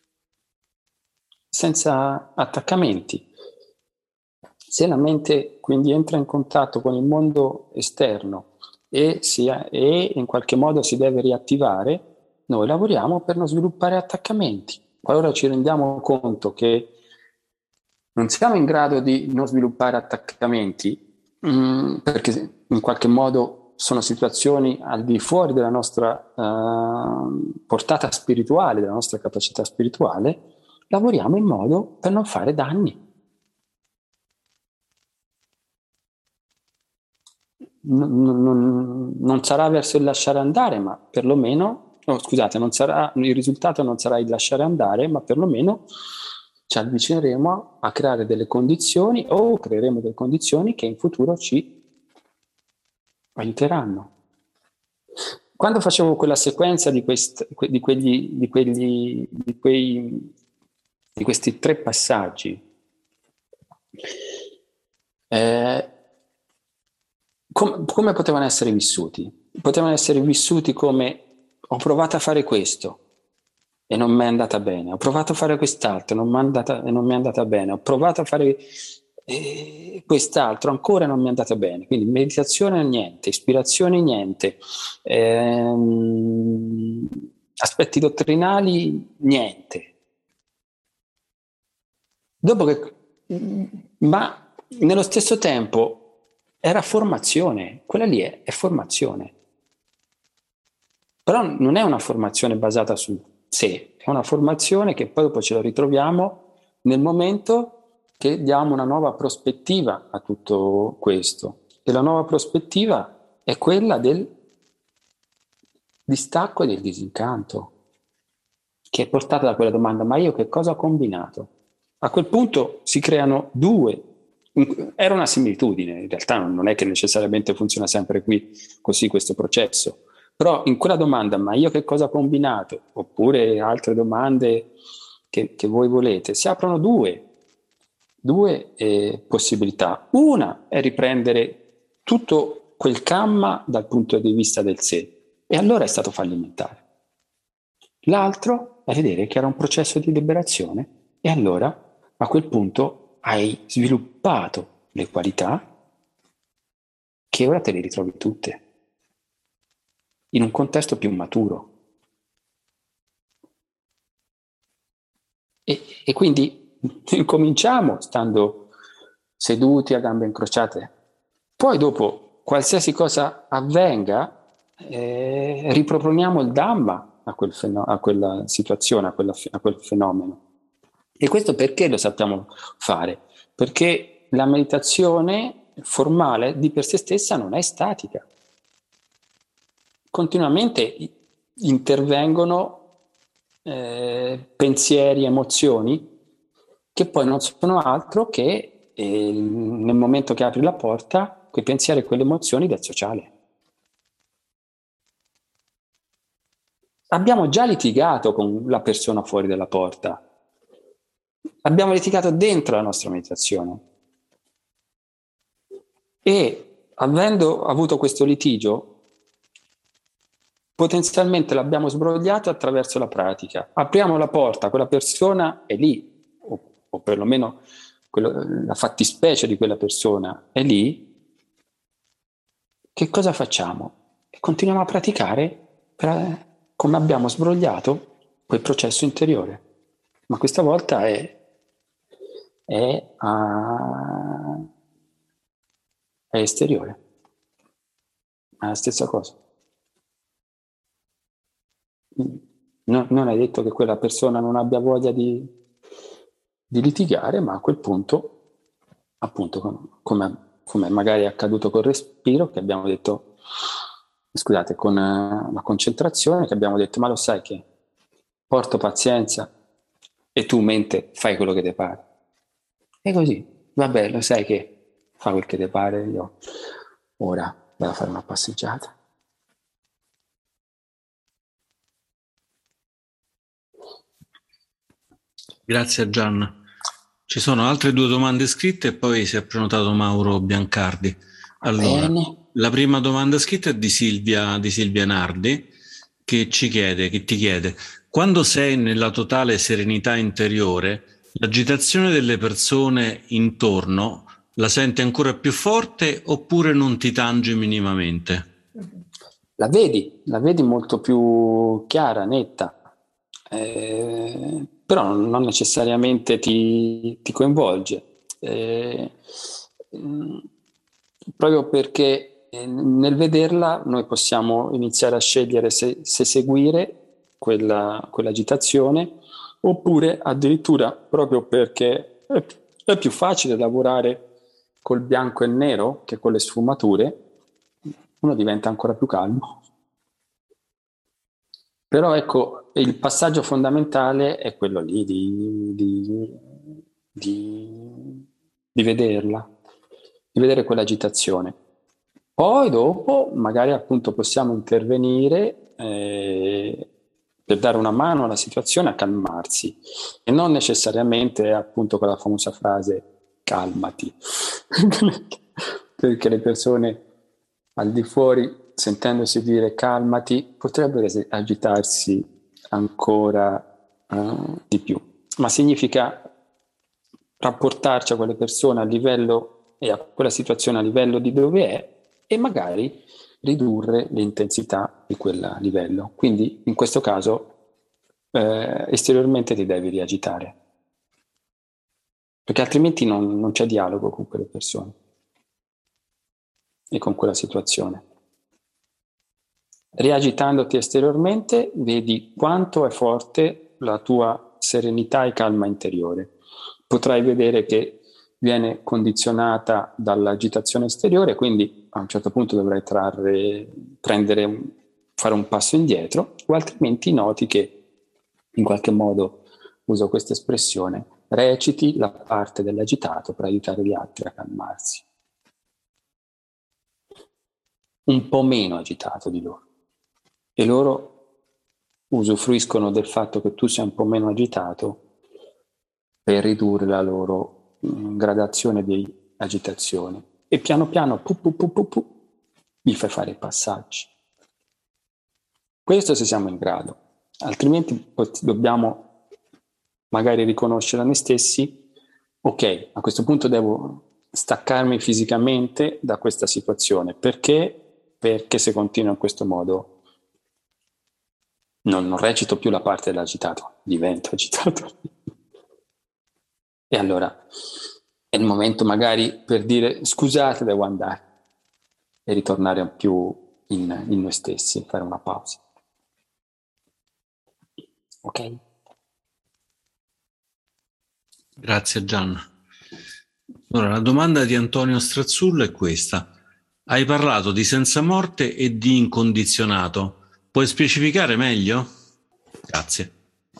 S1: senza attaccamenti. Se la mente quindi entra in contatto con il mondo esterno e, si, e in qualche modo si deve riattivare, noi lavoriamo per non sviluppare attaccamenti. Qualora ci rendiamo conto che non siamo in grado di non sviluppare attaccamenti, mh, perché in qualche modo sono situazioni al di fuori della nostra uh, portata spirituale, della nostra capacità spirituale, lavoriamo in modo per non fare danni. Non, non, non sarà verso il lasciare andare, ma perlomeno, oh, scusate, non sarà, il risultato non sarà il lasciare andare, ma perlomeno ci avvicineremo a creare delle condizioni o creeremo delle condizioni che in futuro ci aiuteranno. Quando facevo quella sequenza di, quest, di, quegli, di, quegli, di, quei, di questi tre passaggi, eh, Com- come potevano essere vissuti? Potevano essere vissuti come ho provato a fare questo e non mi è andata bene, ho provato a fare quest'altro non andata, e non mi è andata bene, ho provato a fare eh, quest'altro, ancora non mi è andata bene. Quindi meditazione niente, ispirazione niente, ehm, aspetti dottrinali niente. Dopo che, ma nello stesso tempo era formazione, quella lì è, è formazione. Però non è una formazione basata sul sé, è una formazione che poi dopo ce la ritroviamo nel momento che diamo una nuova prospettiva a tutto questo. E la nuova prospettiva è quella del distacco e del disincanto, che è portata da quella domanda: ma io che cosa ho combinato? A quel punto si creano due. Era una similitudine, in realtà non è che necessariamente funziona sempre qui così questo processo, però in quella domanda: ma io che cosa ho combinato? Oppure altre domande che, che voi volete, si aprono due, due eh, possibilità. Una è riprendere tutto quel camma dal punto di vista del sé, e allora è stato fallimentare. L'altro è vedere che era un processo di liberazione, e allora a quel punto hai sviluppato le qualità che ora te le ritrovi tutte in un contesto più maturo. E, e quindi cominciamo stando seduti a gambe incrociate. Poi dopo, qualsiasi cosa avvenga, eh, riproponiamo il Dhamma a, quel feno- a quella situazione, a, quella, a quel fenomeno. E questo perché lo sappiamo fare? Perché la meditazione formale di per sé stessa non è statica. Continuamente intervengono eh, pensieri, emozioni che poi non sono altro che eh, nel momento che apri la porta, quei pensieri e quelle emozioni del sociale. Abbiamo già litigato con la persona fuori dalla porta. Abbiamo litigato dentro la nostra meditazione. E avendo avuto questo litigio, potenzialmente l'abbiamo sbrogliato attraverso la pratica. Apriamo la porta, quella persona è lì, o, o perlomeno quello, la fattispecie di quella persona è lì. Che cosa facciamo? E continuiamo a praticare per, come abbiamo sbrogliato quel processo interiore. Ma questa volta è, è, a, è esteriore. È la stessa cosa. No, non è detto che quella persona non abbia voglia di, di litigare, ma a quel punto, appunto, come, come magari è accaduto col respiro, che abbiamo detto, scusate, con uh, la concentrazione, che abbiamo detto: ma lo sai che porto pazienza e tu, mente, fai quello che ti pare. E così, vabbè, lo sai che fa quel che ti pare, io ora vado a fare una passeggiata.
S2: Grazie a Gian. Ci sono altre due domande scritte e poi si è prenotato Mauro Biancardi. Allora,
S1: Bene.
S2: la prima domanda scritta è di Silvia, di Silvia Nardi, che ci chiede, che ti chiede: quando sei nella totale serenità interiore, l'agitazione delle persone intorno la senti ancora più forte oppure non ti tange minimamente?
S1: La vedi, la vedi molto più chiara, netta, eh, però non necessariamente ti, ti coinvolge, eh, mh, proprio perché eh, nel vederla noi possiamo iniziare a scegliere se, se seguire quella, quell'agitazione, oppure addirittura, proprio perché è, è più facile lavorare col bianco e nero che con le sfumature, uno diventa ancora più calmo. Però ecco, il passaggio fondamentale è quello lì di, di, di, di vederla, di vedere quell'agitazione. Poi dopo magari appunto possiamo intervenire eh, per dare una mano alla situazione a calmarsi, e non necessariamente appunto con la famosa frase calmati, perché le persone al di fuori, sentendosi dire calmati, potrebbero agitarsi ancora uh, di più. Ma significa rapportarci a quelle persone a livello e a quella situazione a livello di dove è, e magari ridurre l'intensità di quel livello. Quindi in questo caso eh, esteriormente ti devi riagitare, perché altrimenti non, non c'è dialogo con quelle persone. e con quella situazione. Riagitandoti esteriormente, vedi quanto è forte la tua serenità e calma interiore. Potrai vedere che viene condizionata dall'agitazione esteriore, quindi a un certo punto dovrai trarre, prendere un, fare un passo indietro, o altrimenti noti che in qualche modo, uso questa espressione, reciti la parte dell'agitato per aiutare gli altri a calmarsi. Un po' meno agitato di loro. E loro usufruiscono del fatto che tu sia un po' meno agitato per ridurre la loro mh, gradazione di agitazione. E piano piano, pu, pu, pu, pu, pu, vi fai fare i passaggi. Questo se siamo in grado. Altrimenti dobbiamo magari riconoscere a noi stessi, ok, a questo punto devo staccarmi fisicamente da questa situazione. Perché? Perché se continuo in questo modo non, non recito più la parte dell'agitato, divento agitato. E allora è il momento magari per dire scusate, devo andare e ritornare più in, in noi stessi, fare una pausa. Ok?
S2: Grazie Gian. Allora, la domanda di Antonio Strazzullo è questa. Hai parlato di senza morte e di incondizionato. Puoi specificare meglio? Grazie.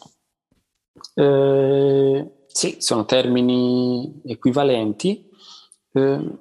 S1: Eh, sì, sono termini equivalenti. Eh,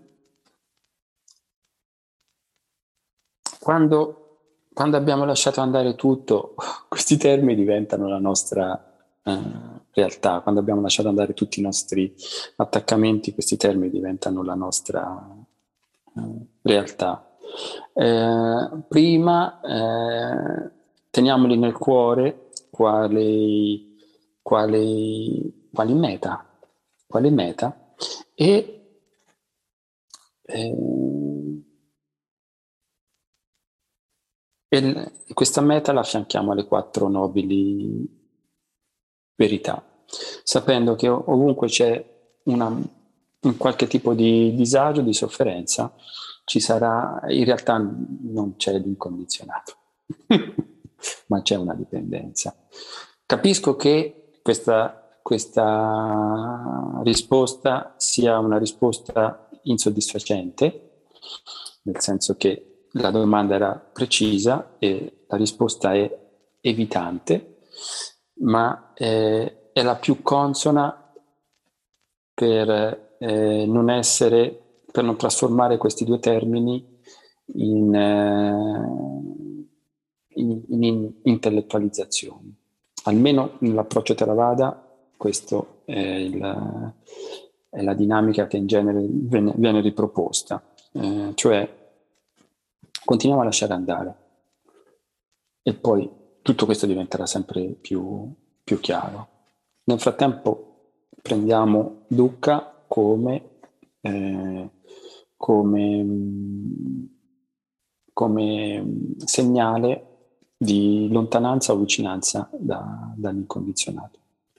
S1: quando, quando abbiamo lasciato andare tutto, questi termini diventano la nostra eh, realtà. Quando abbiamo lasciato andare tutti i nostri attaccamenti, questi termini diventano la nostra eh, realtà. Eh, prima eh, teniamoli nel cuore quali, quali, quali meta, quali meta e eh, e questa meta la affianchiamo alle quattro nobili verità, sapendo che ovunque c'è una, un qualche tipo di disagio, di sofferenza, ci sarà, in realtà non c'è l'incondizionato, ma c'è una dipendenza. Capisco che questa, questa risposta sia una risposta insoddisfacente, nel senso che la domanda era precisa e la risposta è evitante, ma eh, è la più consona per eh, non essere, per non trasformare questi due termini in, eh, in, in intellettualizzazioni. Almeno nell'approccio Theravada questo è, il, è la dinamica che in genere viene, viene riproposta, eh, cioè continuiamo a lasciare andare e poi tutto questo diventerà sempre più, più chiaro. Nel frattempo prendiamo dukkha come, eh, come, come segnale di lontananza o vicinanza da, dall'incondizionato.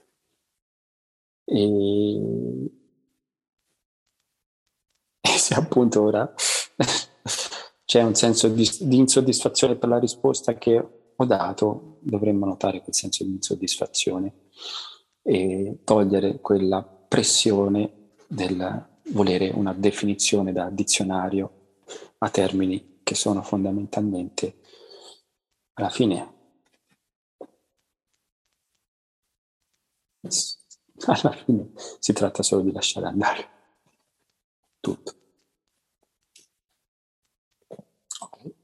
S1: E, e se appunto ora c'è un senso di, di insoddisfazione per la risposta che ho dato, dovremmo notare quel senso di insoddisfazione e togliere quella pressione del volere una definizione da dizionario a termini che sono fondamentalmente, alla fine, alla fine si tratta solo di lasciare andare tutto. Okay.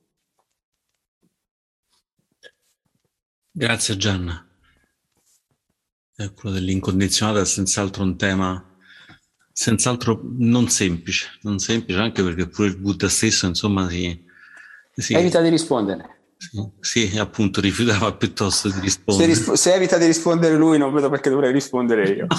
S2: Grazie Gianna. Eh, quello dell'incondizionato è senz'altro un tema senz'altro non semplice, non semplice anche perché pure il Buddha stesso insomma si, si
S1: evita di rispondere.
S2: Sì, sì, appunto rifiutava piuttosto di rispondere.
S1: Se, risp- se evita di rispondere lui, non vedo perché dovrei rispondere io.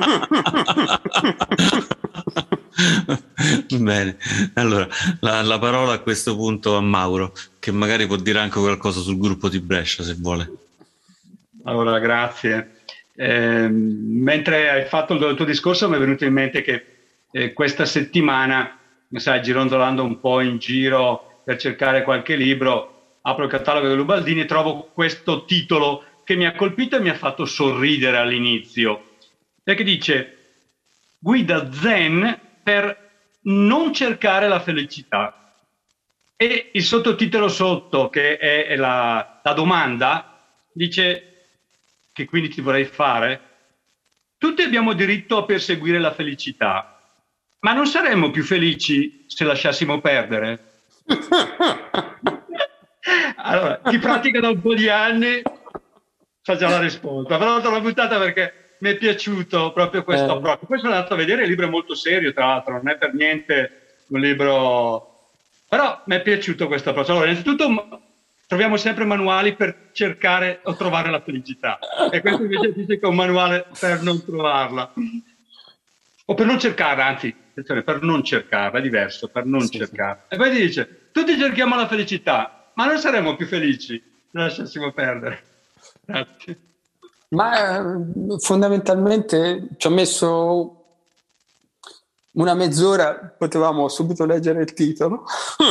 S2: Bene, allora la, la parola a questo punto a Mauro, che magari può dire anche qualcosa sul gruppo di Brescia se vuole.
S4: Allora, grazie. Eh, mentre hai fatto il tuo discorso mi è venuto in mente che eh, questa settimana sai, girondolando un po' in giro per cercare qualche libro, apro il catalogo dell'Ubaldini e trovo questo titolo che mi ha colpito e mi ha fatto sorridere all'inizio, perché dice guida zen per non cercare la felicità. E il sottotitolo sotto, che è la, la domanda, dice, che quindi ti vorrei fare: tutti abbiamo diritto a perseguire la felicità, ma non saremmo più felici se lasciassimo perdere? Allora, chi pratica da un po' di anni sa già la risposta, però te l'ho buttata perché mi è piaciuto proprio questo
S1: Eh.
S4: approccio. Poi sono andato a vedere, il libro è molto serio, tra l'altro, non è per niente un libro, però mi è piaciuto questo approccio. Allora, innanzitutto troviamo sempre manuali per cercare o trovare la felicità, e questo invece dice che è un manuale per non trovarla, o per non cercarla, anzi, per non cercarla, è diverso, per non
S1: Sì,
S4: cercarla. Sì. E poi dice, tutti cerchiamo la felicità, ma non saremmo più felici se lasciassimo perdere. Grazie.
S1: Ma eh, fondamentalmente ci ho messo una mezz'ora, potevamo subito leggere il titolo.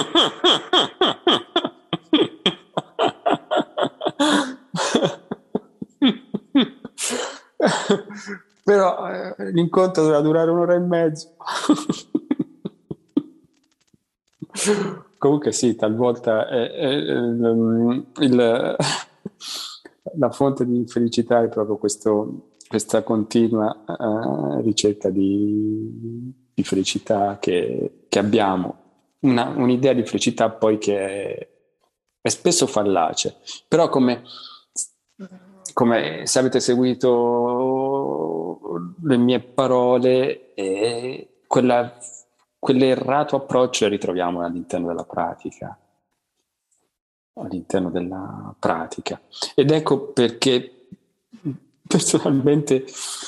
S1: Però eh, l'incontro doveva durare un'ora e mezzo. Comunque sì, talvolta è, è, è, il, il, la fonte di felicità è proprio questo, questa continua uh, ricerca di, di felicità che, che abbiamo. Una, un'idea di felicità poi che è, è spesso fallace, però come, come se avete seguito le mie parole, è quella quell'errato approccio lo ritroviamo all'interno della pratica, all'interno della pratica. Ed ecco perché personalmente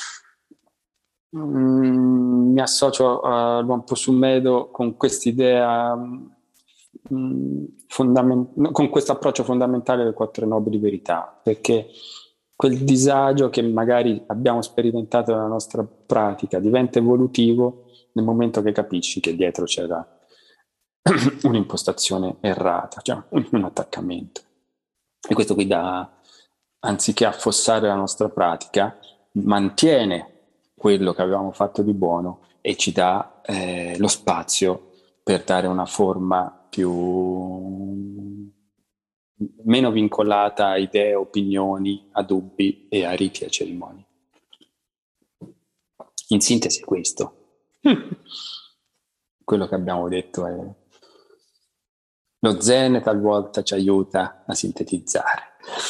S1: mm, mi associo all'Uomo Possumedo con quest'idea, mm, fondament- con questo approccio fondamentale delle quattro nobili verità, perché quel disagio che magari abbiamo sperimentato nella nostra pratica diventa evolutivo nel momento che capisci che dietro c'era un'impostazione errata, cioè un attaccamento. E questo qui dà, anziché affossare la nostra pratica, mantiene quello che avevamo fatto di buono e ci dà eh, lo spazio per dare una forma più meno vincolata a idee, opinioni, a dubbi e a riti e a cerimonie. In sintesi è questo. Quello che abbiamo detto è lo zen talvolta ci aiuta a sintetizzare.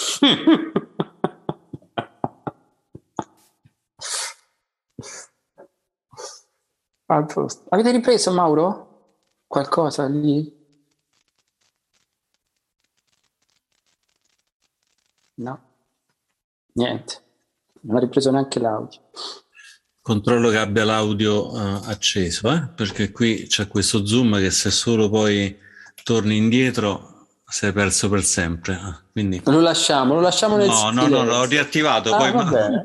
S1: Avete ripreso, Mauro? Qualcosa lì? No? Niente. Non ha ripreso neanche l'audio.
S2: Controllo che abbia l'audio uh, acceso, eh? Perché qui c'è questo zoom che se solo poi torni indietro sei perso per sempre. Quindi...
S1: Lo lasciamo, lo lasciamo nel
S2: no,
S1: silenzio.
S2: no, no, l'ho riattivato.
S1: Ah,
S2: poi
S1: va
S2: ma...
S1: bene.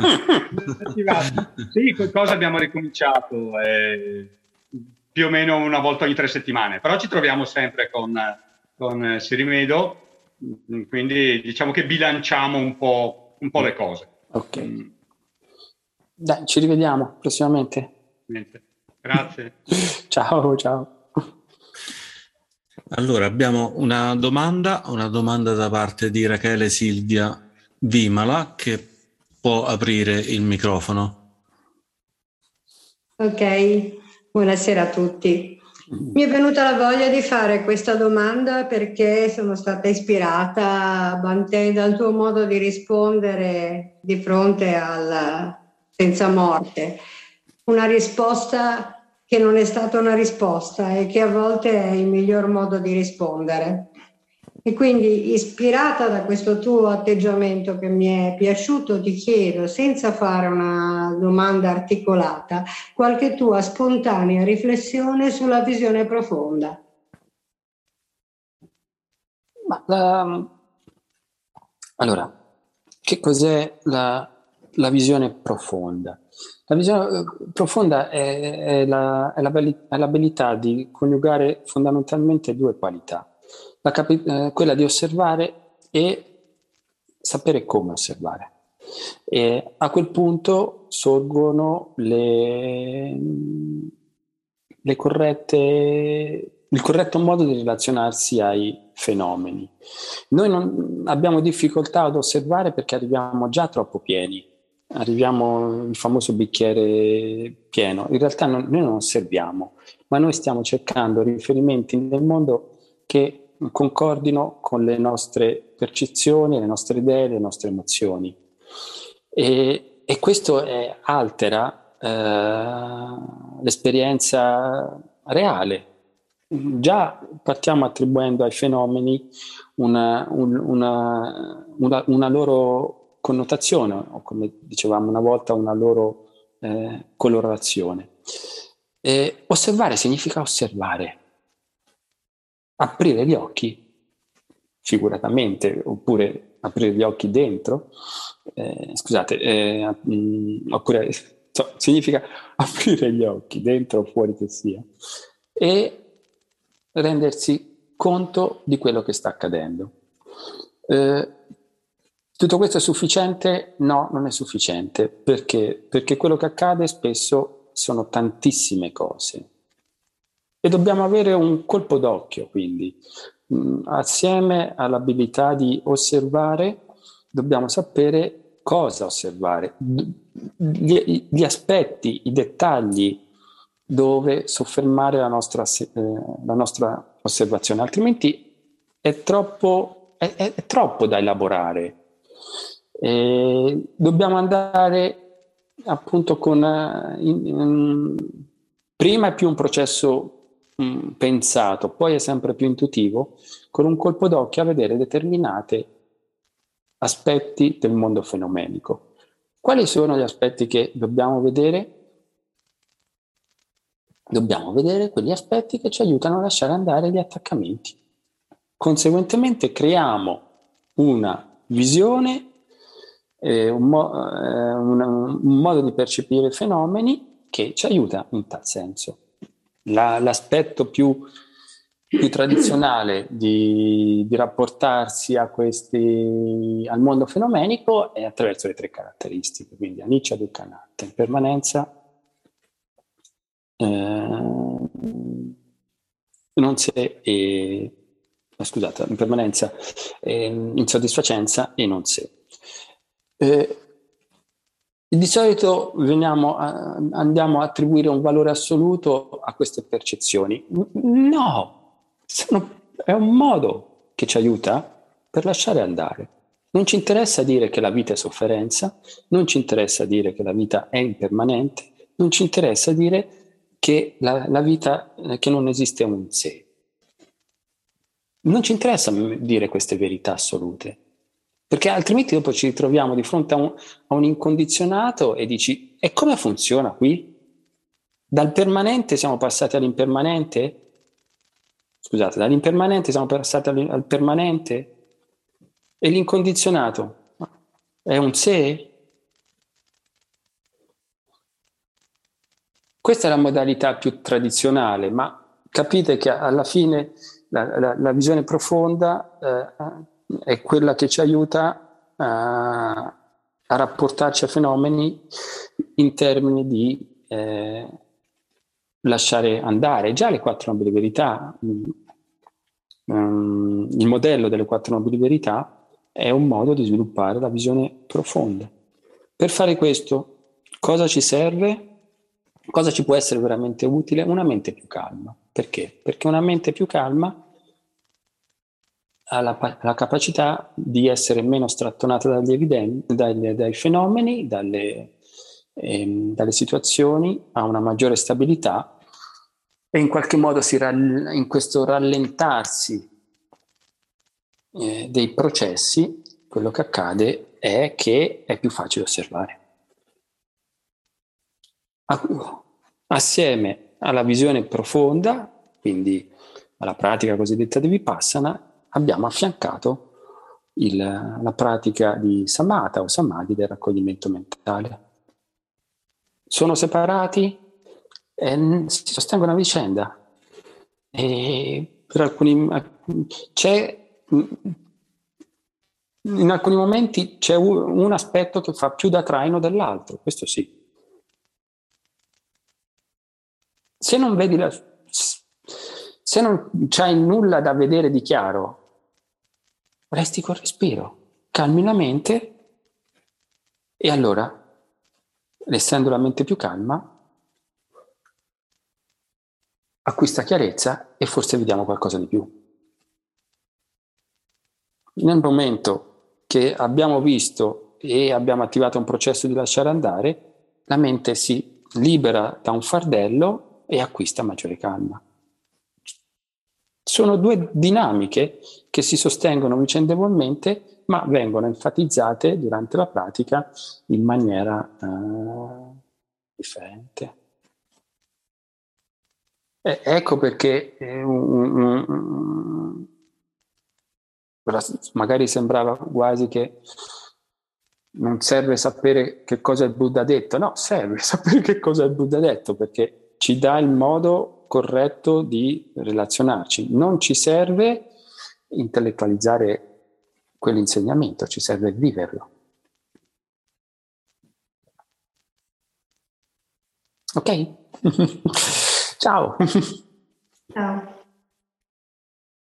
S4: Sì, qualcosa abbiamo ricominciato eh, più o meno una volta ogni tre settimane, però ci troviamo sempre con, con Sirimedo, quindi diciamo che bilanciamo un po', un po' le cose.
S1: Ok. Mm. Dai, ci rivediamo prossimamente.
S4: Niente. Grazie.
S1: Ciao, ciao.
S2: Allora, abbiamo una domanda, una domanda da parte di Rachele Silvia Vimala, che può aprire il microfono.
S5: Ok, buonasera a tutti. Mi è venuta la voglia di fare questa domanda perché sono stata ispirata, Bhante, dal tuo modo di rispondere di fronte al senza morte. Una risposta che non è stata una risposta e che a volte è il miglior modo di rispondere. E quindi, ispirata da questo tuo atteggiamento che mi è piaciuto, ti chiedo, senza fare una domanda articolata, qualche tua spontanea riflessione sulla visione profonda.
S1: Ma la... Allora, che cos'è la la visione profonda. La visione profonda è, è, la, è, la, è l'abilità di coniugare fondamentalmente due qualità, la capi- eh, quella di osservare e sapere come osservare. E a quel punto sorgono le, le corrette, il corretto modo di relazionarsi ai fenomeni. Noi non abbiamo difficoltà ad osservare perché arriviamo già troppo pieni, arriviamo il famoso bicchiere pieno. In realtà non, noi non osserviamo, ma noi stiamo cercando riferimenti nel mondo che concordino con le nostre percezioni, le nostre idee, le nostre emozioni. E, e questo è, altera eh, l'esperienza reale. Già partiamo attribuendo ai fenomeni una, un, una, una, una loro connotazione, o come dicevamo una volta, una loro eh, colorazione. E osservare significa osservare. Aprire gli occhi, figuratamente, oppure aprire gli occhi dentro, eh, scusate, eh, mh, oppure so, significa aprire gli occhi dentro o fuori che sia, e rendersi conto di quello che sta accadendo. Eh, tutto questo è sufficiente? No, non è sufficiente. Perché? Perché quello che accade spesso sono tantissime cose. E dobbiamo avere un colpo d'occhio, quindi, mh, assieme all'abilità di osservare, dobbiamo sapere cosa osservare, gli, gli aspetti, i dettagli dove soffermare la nostra, eh, la nostra osservazione, altrimenti è troppo, è, è, è troppo da elaborare. E dobbiamo andare appunto con in, in, prima è più un processo mh, pensato, poi è sempre più intuitivo, con un colpo d'occhio a vedere determinati aspetti del mondo fenomenico. Quali sono gli aspetti che dobbiamo vedere? Dobbiamo vedere quegli aspetti che ci aiutano a lasciare andare gli attaccamenti. Conseguentemente creiamo una visione, eh, un, mo- eh, un, un modo di percepire i fenomeni che ci aiuta in tal senso. La, l'aspetto più, più tradizionale di, di rapportarsi a questi, al mondo fenomenico è attraverso le tre caratteristiche, quindi aniccia, dukkha, anatta, impermanenza, Eh, non sé e scusate, impermanenza, eh, insoddisfacenza e non sé. Eh, di solito veniamo a, andiamo a attribuire un valore assoluto a queste percezioni. No, sono, è un modo che ci aiuta per lasciare andare. Non ci interessa dire che la vita è sofferenza, non ci interessa dire che la vita è impermanente, non ci interessa dire che la, la vita, eh, che non esiste un sé. Non ci interessa dire queste verità assolute, perché altrimenti dopo ci ritroviamo di fronte a un, a un incondizionato e dici, e come funziona qui? Dal permanente siamo passati all'impermanente? Scusate, dall'impermanente siamo passati al, al permanente? E l'incondizionato è un sé? Questa è la modalità più tradizionale, ma capite che alla fine la, la, la visione profonda eh, è quella che ci aiuta a, a rapportarci ai fenomeni in termini di eh, lasciare andare. Già le quattro nobili verità, um, il modello delle quattro nobili verità è un modo di sviluppare la visione profonda. Per fare questo, cosa ci serve? Cosa ci può essere veramente utile? Una mente più calma. Perché? Perché una mente più calma ha la, la capacità di essere meno strattonata dagli evidenti, dai, dai fenomeni, dalle, ehm, dalle situazioni, ha una maggiore stabilità e in qualche modo si rall- in questo rallentarsi eh, dei processi, quello che accade è che è più facile osservare. Assieme alla visione profonda, quindi alla pratica cosiddetta di Vipassana, abbiamo affiancato il, la pratica di samatha o samadhi, del raccoglimento mentale. Sono separati e si sostengono a vicenda. E per alcuni c'è in alcuni momenti c'è un, un aspetto che fa più da traino dell'altro, questo sì. Se non vedi la, se non c'hai nulla da vedere di chiaro, resti col respiro, calmi la mente e allora, essendo la mente più calma, acquista chiarezza e forse vediamo qualcosa di più. Nel momento che abbiamo visto e abbiamo attivato un processo di lasciare andare, la mente si libera da un fardello e acquista maggiore calma. Sono due dinamiche che si sostengono vicendevolmente, ma vengono enfatizzate durante la pratica in maniera uh, differente. E ecco perché eh, un, un, un, magari sembrava quasi che non serve sapere che cosa il Buddha ha detto. No, serve sapere che cosa il Buddha ha detto, perché ci dà il modo corretto di relazionarci. Non ci serve intellettualizzare quell'insegnamento, ci serve viverlo. Ok? Ciao!
S5: Ciao!